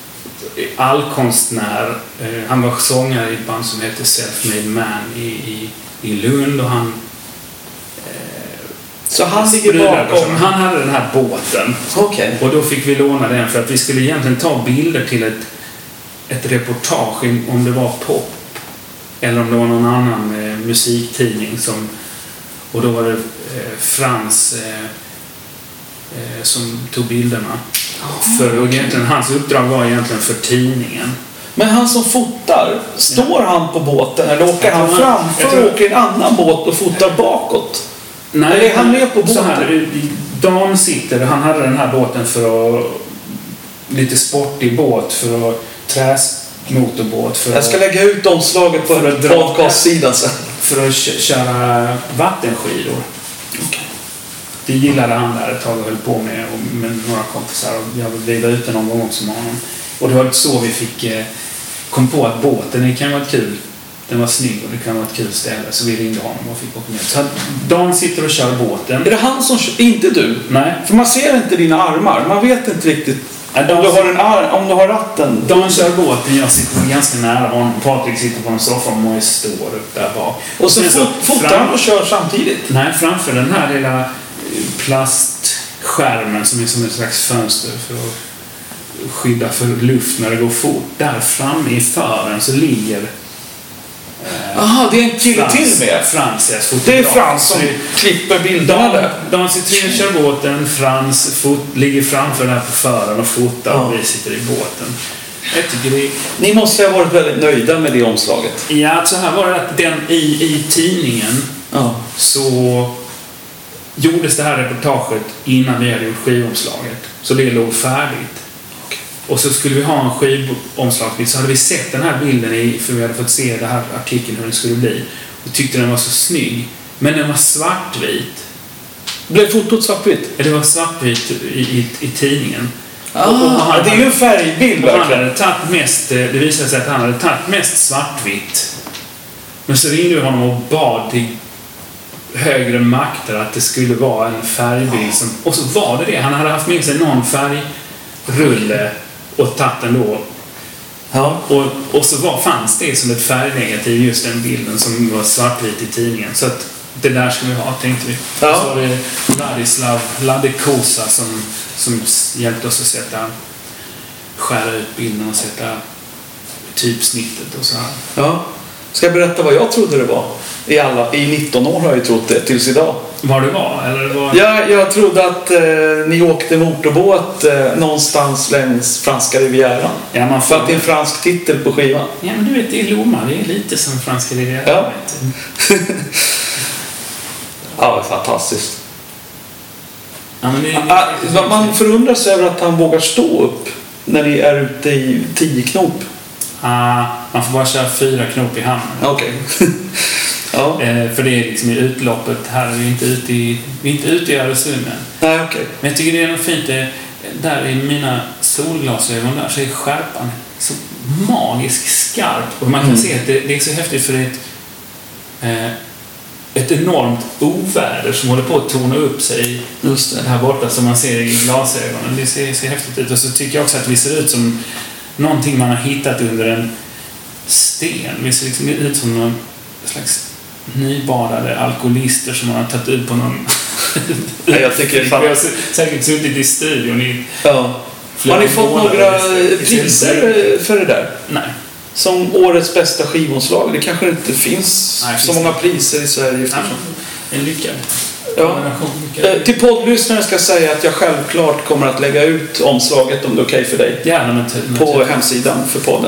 allkonstnär. Han var sångare i ett band som heter Self-Made Man i, i, i Lund och han Så han ligger bakom? Han hade den här båten. Okay. Och då fick vi låna den för att vi skulle egentligen ta bilder till ett, ett reportage om det var pop. Eller om det var någon annan eh, musiktidning som... Och då var det eh, Frans eh, eh, som tog bilderna. Oh, för och egentligen, hans uppdrag var egentligen för tidningen. Men han som fotar, står ja. han på båten eller åker han man, framför tror... och åker en annan båt och fotar bakåt? Nej, eller är han med på båten? Så här, Dan sitter, han hade den här båten för att... Lite sportig båt för att... Träsmotorbåt. För Jag ska lägga ut omslaget på podcast-sidan sen. För att köra vattenskidor. Okay. Det gillade han där ett tag och höll på med, och med några kompisar. Och jag var ute någon gång också med honom. Och det var så vi fick eh, kom på att båten, det kan vara kul. Den var snygg och det kan vara ett kul ställe. Så vi ringde honom och fick åka med. Så Dan sitter och kör båten. Är det han som kör? Inte du? Nej. För man ser inte dina armar. Man vet inte riktigt. Om du, har en ar- om du har ratten. Dan kör båten, jag sitter ganska nära honom. Patrik sitter på en soffa och Moj står upp där bak. Och så fot- fotar han och kör samtidigt? Nej, framför den här lilla plastskärmen som är som ett slags fönster för att skydda för luft när det går fort. Där framme i fören så ligger... Jaha, det är en kille till med. Frans, jag det är Frans som klipper bilderna där. Dan sitter i körbåten, Frans fot, ligger framför den här på fören och fotar ja. och vi sitter i båten. Jag tycker det... Ni måste ha varit väldigt nöjda med det omslaget. Ja, så här var det att den i, i tidningen ja. så gjordes det här reportaget innan vi hade gjort skivomslaget. Så det låg färdigt. Och så skulle vi ha en skivomslagsbild, så hade vi sett den här bilden i, för vi hade fått se den här artikeln hur den skulle bli. Och tyckte den var så snygg. Men den var svartvit. Blev fotot svartvitt? Ja, det var svartvit i, i, i tidningen. Ah, och, och han, det är ju en färgbild. Han hade tagit mest, det visade sig att han hade tagit mest svartvitt. Men så ringde vi honom och bad till högre makter att det skulle vara en färgbild. Som, och så var det det. Han hade haft med sig någon färgrulle och tagit den då. Ja. Och, och så var, fanns det som ett färgnegativ just den bilden som var svartvit i tidningen. Så att det där ska vi ha, tänkte vi. Ja. Så var det Ladislav Ladikosa som, som hjälpte oss att sätta, skära ut bilden och sätta typsnittet och så här. Ja. Ska jag berätta vad jag trodde det var? I, alla, i nitton år har jag trott det, tills idag. Vad det var? Eller det var... Ja, jag trodde att eh, ni åkte motorbåt eh, någonstans längs franska rivieran. Ja, man får... För att det är en fransk titel på skivan. Ja, men du vet, det är Lomma. Det är lite som franska rivieran. Ja. Ja, det är fantastiskt. Ja, men det är... ah, man förundrar sig över att han vågar stå upp när ni är ute i tio knop. Ah, man får bara köra fyra knop i hamnen. Okej. Okay. Ja. Eh, för det är liksom i utloppet här. Vi är inte ute i, vi är inte ute i Öresund än. Nej, okej. Okay. Men jag tycker det är något fint. Det, där i mina solglasögon där så är skärpan så magisk skarp. Och man kan mm. se att det, det är så häftigt för det är ett, eh, ett enormt oväder som håller på att torna upp sig Just det. här borta som man ser i glasögonen. Det ser, ser häftigt ut. Och så tycker jag också att vi ser ut som någonting man har hittat under en sten. Vi ser liksom ut som någon slags nybadade alkoholister som man har tagit ut på någon... Ja, jag tycker fan... Vi har säkert suttit i studion i... Ja. Har ni fått några priser för det där? Nej. Som årets bästa skivomslag. Det kanske inte finns Nej, så många priser i Sverige. Ja, en lyckad. Ja. Eh, till poddlyssnaren ska jag säga att jag självklart kommer att lägga ut omslaget om det är okej för dig. Gärna, men t- men på t- hemsidan för podden.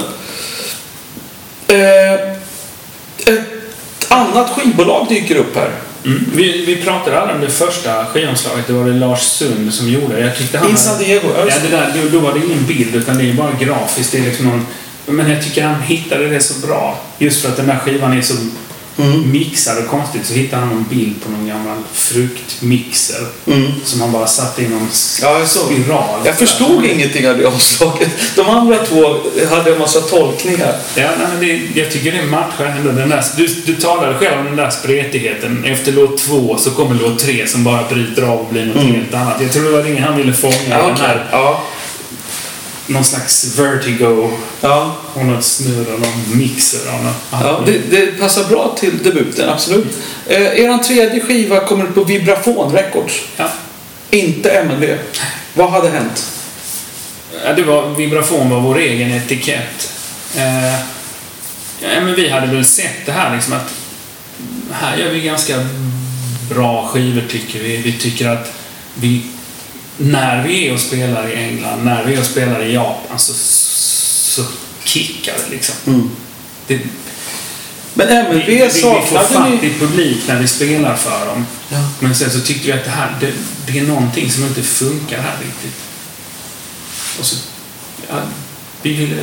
Eh, ett annat skivbolag dyker upp här. Mm. Vi, vi pratade aldrig om det första skivomslaget. Det var det Lars Sund som gjorde. Jag tyckte han In San Diego. Ja, det där, då, då var det ingen bild utan det är bara grafiskt. Det är liksom någon, men jag tycker han hittade det så bra. Just för att den här skivan är så mm. mixad och konstigt så hittade han en bild på någon gammal fruktmixer mm. som han bara satte i någon ja, jag spiral. Jag förstod där. Ingenting av det omslaget. De andra två hade en massa tolkningar. Ja, nej, men det, jag tycker det matchar ändå. Den där, du, du talade själv om den där spretigheten. Efter låt två så kommer låt tre som bara bryter av och blir något mm. helt annat. Jag tror det var det han ville fånga. Ja, den här. Ja. någon slags Vertigo Ja. och något snurr och någon mixer av något. Ja, det, det passar bra till debuten, absolut. Eh, er tredje skiva kommer på Vibrafon Records. Ja. Inte M L B. Vad hade hänt? Ja, det var, Vibrafon var vår egen etikett. Eh, ja, men vi hade väl sett det här liksom att här gör vi ganska bra skivor tycker vi. Vi tycker att vi, när vi är och spelar i England, när vi är och spelar i Japan så, så kickar det liksom. Mm. Det, Men M L B saknade vi får fatt i publik när vi spelar för dem. Ja. Men sen så tyckte vi att det här, det, det är någonting som inte funkar här riktigt. Och så, ja, vi ville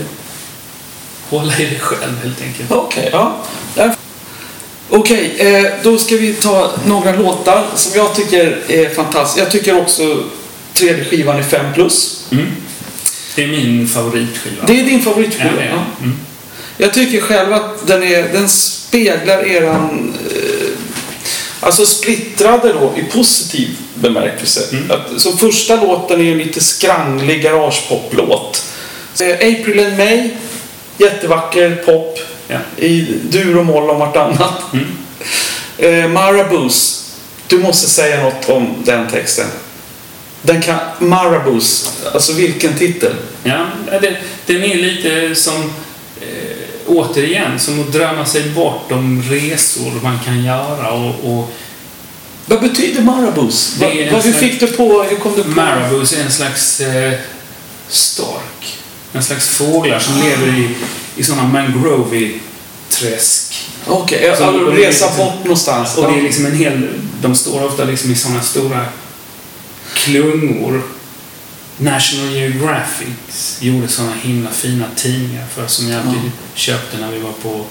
hålla i det själv helt enkelt. Okej, okay, ja. Okej, okay, eh, då ska vi ta några låtar som jag tycker är fantastiska. Jag tycker också tredje skivan är fem plus. Mm. Det är min favoritskiva. Det är din favoritskiva? Ja, ja. Mm. Jag tycker själv att den, är, den speglar eran eh, alltså splittrade då i positiv bemärkelse. Mm. Att, så första låten är en lite skranglig garagepop-låt. Eh, April and May, jättevacker pop. Ja. I dur och moll om vartannat. Mm. Eh, Marabous. Du måste säga något om den texten. Den kan... Marabous. Alltså vilken titel? Ja, det, den är lite som... Eh, återigen, som att drömma sig bort om resor man kan göra och... och vad betyder Marabous? Va, va, hur slags, fick du på... Hur kom du på? Marabous är en slags eh, stork. En slags fåglar som ah. lever i, i sådana mangrove-träsk. Okej, okay, alltså resa liksom, bort någonstans. Och det är liksom en hel... De står ofta liksom i sådana stora klungor. National Geographic gjorde sådana himla fina tidningar för som jag alltid mm. köpte när vi var på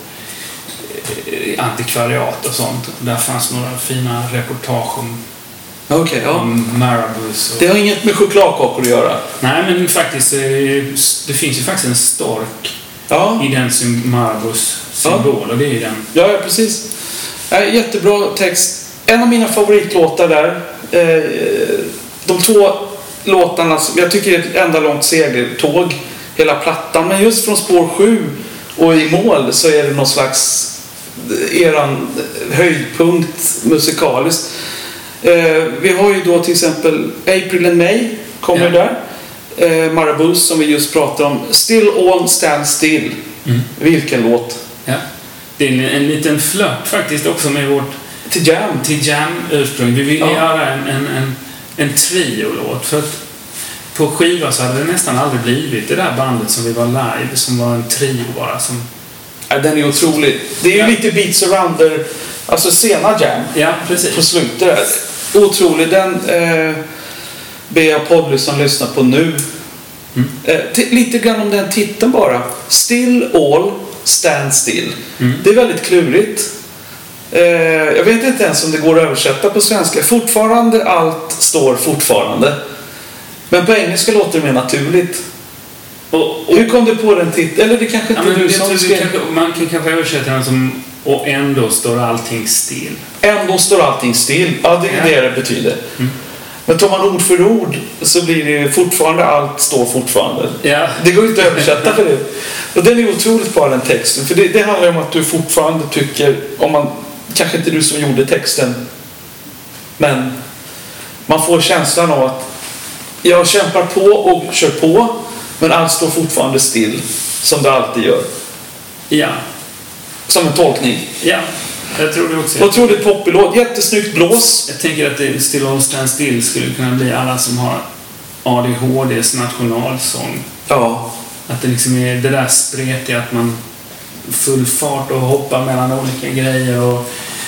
eh, antikvariat och sånt. Där fanns några fina reportage om, okay, ja. om Marabous. Och... Det har inget med chokladkakor att göra. Nej, men faktiskt eh, det finns ju faktiskt en stork ja. i den Marabous symbol ja. Och det är den. Ja, ja precis. Äh, jättebra text. En av mina favoritlåtar där. Eh, de två låtarna, jag tycker det är ett enda långt segertåg hela plattan, men just från spår sju och i mål så är det någon slags eran höjdpunkt musikaliskt. Eh, vi har ju då till exempel April and May kommer ja. där. Eh, Marabous som vi just pratade om. Still All Stand Still. Mm. Vilken låt? Ja. Det är en, en liten flört faktiskt också med vårt till Jam. Till Jam ursprung. Vi ville ja. göra en, en, en en trio-låt för att på skiva så hade det nästan aldrig blivit det där bandet som vi var live som var en trio bara som... Ja, den är otrolig. Det är ju ja. lite Beats Arounder, alltså sena Jam. Ja, precis. På slutet där. Otrolig. Den eh, ber jag poddlyssnaren lyssna på nu. Mm. Eh, t- lite grann om den titeln bara. Still All Stand Still. Mm. Det är väldigt klurigt. Jag vet inte ens om det går att översätta på svenska. Fortfarande allt står fortfarande. Men på engelska låter det mer naturligt. Och, och hur kom du på den titeln? Eller det kanske inte ja, du som skrev... kanske, man kan kanske översätta den som och ändå står allting still. Ändå står allting still. Ja, det är ja. det det betyder. Mm. Men tar man ord för ord så blir det fortfarande allt står fortfarande. Ja. Det går inte att översätta för det. Och den är otroligt bra den texten. För det, det handlar om att du fortfarande tycker om man kanske inte du som gjorde texten, men man får känslan av att jag kämpar på och kör på, men allt står fortfarande still som det alltid gör. Ja. Som en tolkning. Ja, jag tror det också. Vad tror du poppilåt? Jättesnyggt blås. Jag tänker att det Still All Stand Still skulle kunna bli alla som har A D H D:s nationalsång. Ja. Att det liksom är det där spretiga att man full fart och hoppar mellan olika grejer och,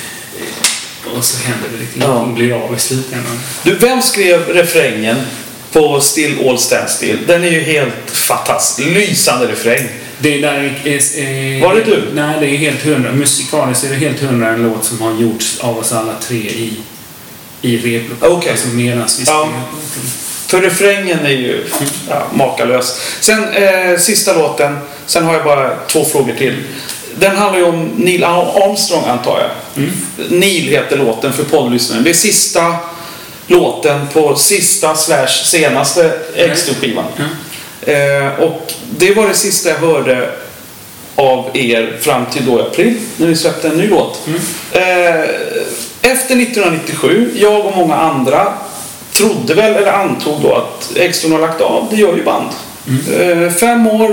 och så händer det lite ja. blir av i slutändan. Du, vem skrev refrängen på Still All Stand Still? Den är ju helt fantastisk. Lysande refräng. Det där är, är, var det du? Nej, det är helt hundra. Musikaliskt är det helt hundra en låt som har gjorts av oss alla tre i, i replokalen. Okay. Alltså medans vi ja. För refrängen är ju ja, makalös. Sen eh, sista låten. Sen har jag bara två frågor till. Den handlar ju om Neil Armstrong antar jag. Mm. Neil heter låten för poddlyssnaren. Det är sista låten på sista slash senaste X-skivan. Mm. Eh, och det var det sista jag hörde av er fram till då i april när ni släppte en ny låt. Mm. Eh, efter nittonhundranittiosju, jag och många andra trodde väl eller antog då att Ekström har lagt av. Det gör ju band. Mm. Eh, fem år,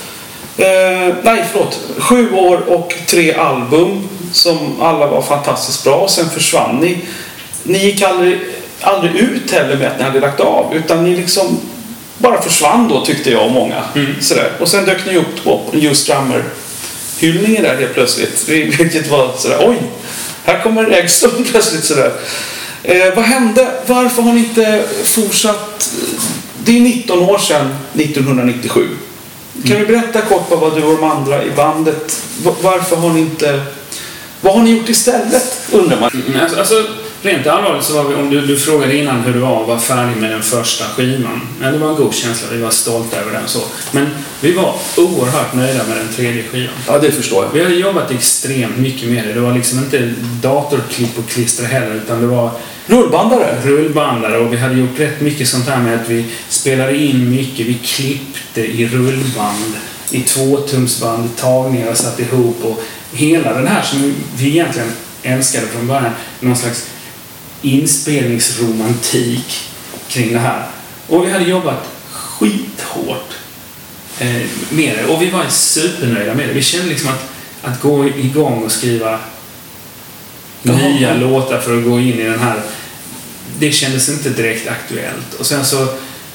eh, nej förlåt, sju år och tre album som alla var fantastiskt bra. Och sen försvann ni. Ni gick aldrig, aldrig ut heller med att ni hade lagt av, utan ni liksom bara försvann då, tyckte jag och många. Mm. Sådär. Och sen dök ni upp på Just Drummer-hyllningen där helt plötsligt. Vilket var sådär, oj, här kommer Ekström plötsligt sådär. Eh, vad hände? Varför har ni inte fortsatt? Det är nitton år sedan nittonhundranittiosju. Kan mm. du berätta kort på vad du och de andra i bandet, varför har ni inte, vad har ni gjort istället, undrar man? Mm, alltså, alltså rent allvarligt så var vi, om du, du frågade innan hur det var att vara färdig med den första skivan. Ja, det var en god känsla, vi var stolta över den så. Men vi var oerhört nöjda med den tredje skivan. Ja, det förstår jag. Vi hade jobbat extremt mycket med det. Det var liksom inte datorklipp och klistra heller, utan det var rullbandare. Rullbandare, och vi hade gjort rätt mycket sånt här med att vi spelade in mycket, vi klippte i rullband, i tvåtumsband, tagningar och satt ihop, och hela den här som vi egentligen älskade från början, någon slags inspelningsromantik kring det här. Och vi hade jobbat skithårt eh, med det, och vi var supernöjda med det. Vi kände liksom att, att gå igång och skriva Jaha. nya låtar för att gå in i den här, det kändes inte direkt aktuellt. Och sen så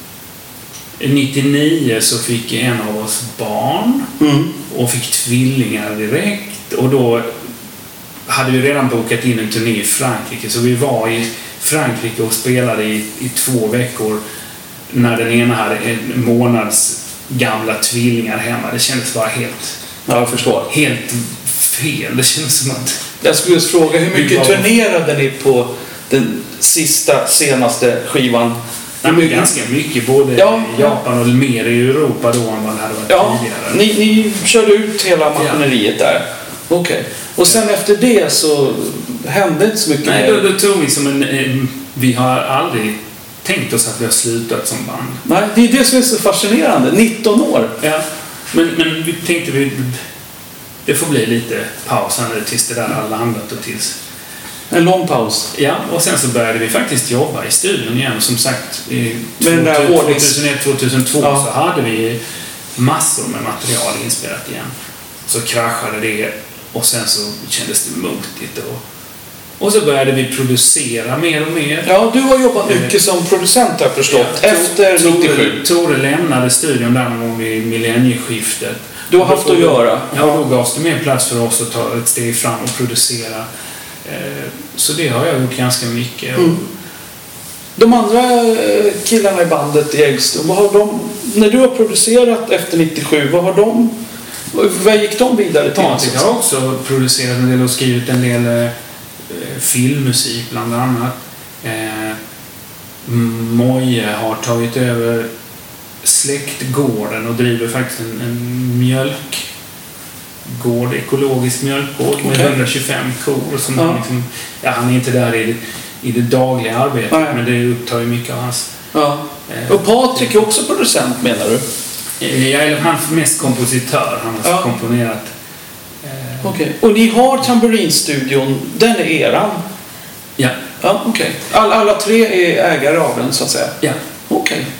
nittionio så fick en av oss barn mm. och fick tvillingar direkt, och då hade vi redan bokat in en turné i Frankrike, så vi var i Frankrike och spelade i, i två veckor när den ena hade en månads gamla tvillingar hemma. Det kändes bara helt, ja, jag förstår. helt fel. Det kändes som att... Jag skulle just fråga, hur mycket var... turnerade ni på den sista, senaste skivan? Nej, men ganska mycket, både ja, i Japan och mer i Europa då än vad det hade varit ja, tidigare. Ni, ni körde ut hela maskineriet ja. där. Okej. Okay. Och sen ja. efter det så hände inte så mycket. Nej, då, då tog vi som en... en vi har aldrig tänkt oss att vi har slutat som band. Nej, det är det som är så fascinerande. nitton år. Ja, men, men vi tänkte vi... Det får bli lite paus här nu tills det där har landat och tills... En lång paus. Ja, och sen så började vi faktiskt jobba i studion igen. Som sagt, i tjugohundraett tjugohundratvå ja. så hade vi massor med material inspelat igen. Så kraschade det, och sen så kändes det motigt. Och, och så började vi producera mer och mer. Ja, du har jobbat mycket som producent, har jag förstått. Ja, efter nittiosju. Tore lämnade studion där någon gång vid millennieskiftet. Du har haft att göra. Ja, då gavs det mer plats för oss att ta ett steg fram och producera. Så det har jag gjort ganska mycket. Mm. De andra killarna i bandet i Ekström, vad har de, när du har producerat efter nittiosju, vad har de, vad gick de vidare till? Patrik har också producerat en del och skrivit en del eh, filmmusik bland annat. Eh, Moje har tagit över släktgården och driver faktiskt en, en mjölk gård, ekologisk mjölkgård med okay. hundratjugofem kor som ja. liksom, ja, han är inte där i det, i det dagliga arbetet. Nej. Men det upptar ju mycket av hans ja. eh, och Patrik är också producent, menar du? Ja, eller han är mest kompositör. Han har ja. komponerat eh, okej. Okay. Och ni har Tamburinstudion, den är eran? Ja. Ja, okej. Okay. All, alla tre är ägare av den, så att säga? Ja. Okej. Okay.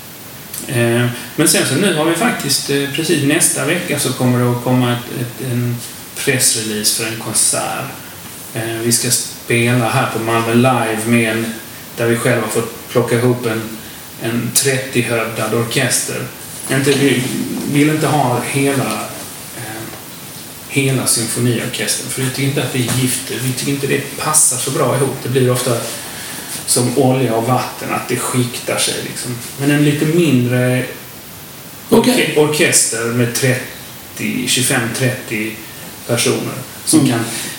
Men sen så nu har vi faktiskt, precis nästa vecka så kommer det att komma ett, ett, en pressrelease för en konsert. Vi ska spela här på Malmö Live med en, där vi själva har fått plocka ihop en, en trettio-hövdad orkester. Inte, vi vill inte ha hela, eh, hela symfoniorkestern, för vi tycker inte att det är gifter. Vi tycker inte det passar så bra ihop. Det blir ofta som olja och vatten, att det skiktar sig liksom. Men en lite mindre okay. orke- orkester med trettio, tjugofem trettio personer som mm. kan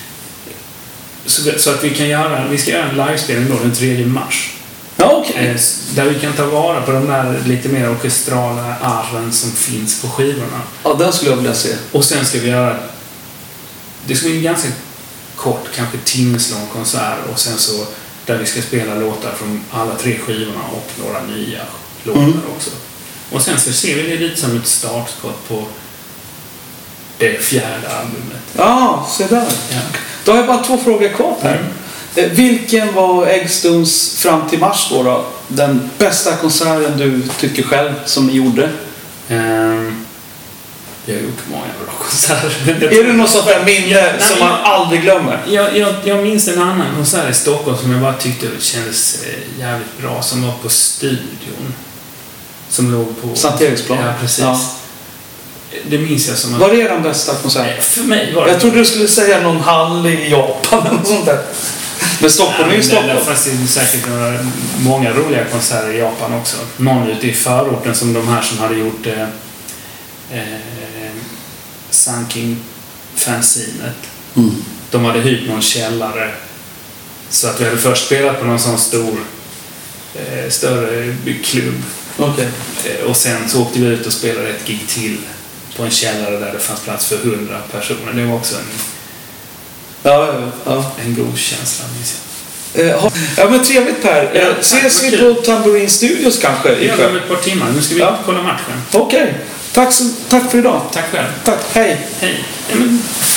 så, så att vi kan göra vi ska göra en livespelning då den tredje mars. Ja, okay. eh, där vi kan ta vara på de där lite mer orkestrala arren som finns på skivorna. Ja, den skulle jag vilja se. Och sen ska vi göra det ska bli en ganska kort, kanske timmeslång konsert, och sen så där vi ska spela låtar från alla tre skivorna och några nya låtar mm. också. Och sen så ser vi det lite som ett startskott på det fjärde albumet. Ja, se där. Ja. Då har jag bara två frågor kvar här. Mm. Vilken var Eggstones fram till mars då, då? Den bästa konserten du tycker själv som ni gjorde? Um, jag har gjort många bra konserter. Är det något sånt där minne ja, som nej, man aldrig glömmer? Jag, jag, jag minns en annan konsert i Stockholm som jag bara tyckte kändes jävligt bra. Som var på Studion. Som låg på... Sankt Eriksplan. Ja, precis. Ja. Det minns jag som... Var det den bästa konserten? För mig var det... Jag trodde du skulle säga någon hall i Japan eller något sånt där. Men Stockholm är ju Stockholm. Det är säkert några, många roliga konserter i Japan också. Någon ute i förorten som de här som hade gjort eh, eh, Sunking-fanzinet. Mm. De hade hyrt någon källare. Så att vi hade först spelat på någon sån stor eh, större klubb. Okay. Eh, och sen så åkte vi ut och spelade ett gig till på en källare där det fanns plats för hundra personer. Det var också en Ja, ja, ja. En god känsla, minns jag. Eh, ja, men trevligt Per. Eh, ja, ses vi på Tambourine Studios kanske? Ja, om ett par timmar. Nu ska vi ja. kolla matchen. Okej. Okay. Tack, tack för idag. Tack själv. Tack. Hej. Hej. Ja, men...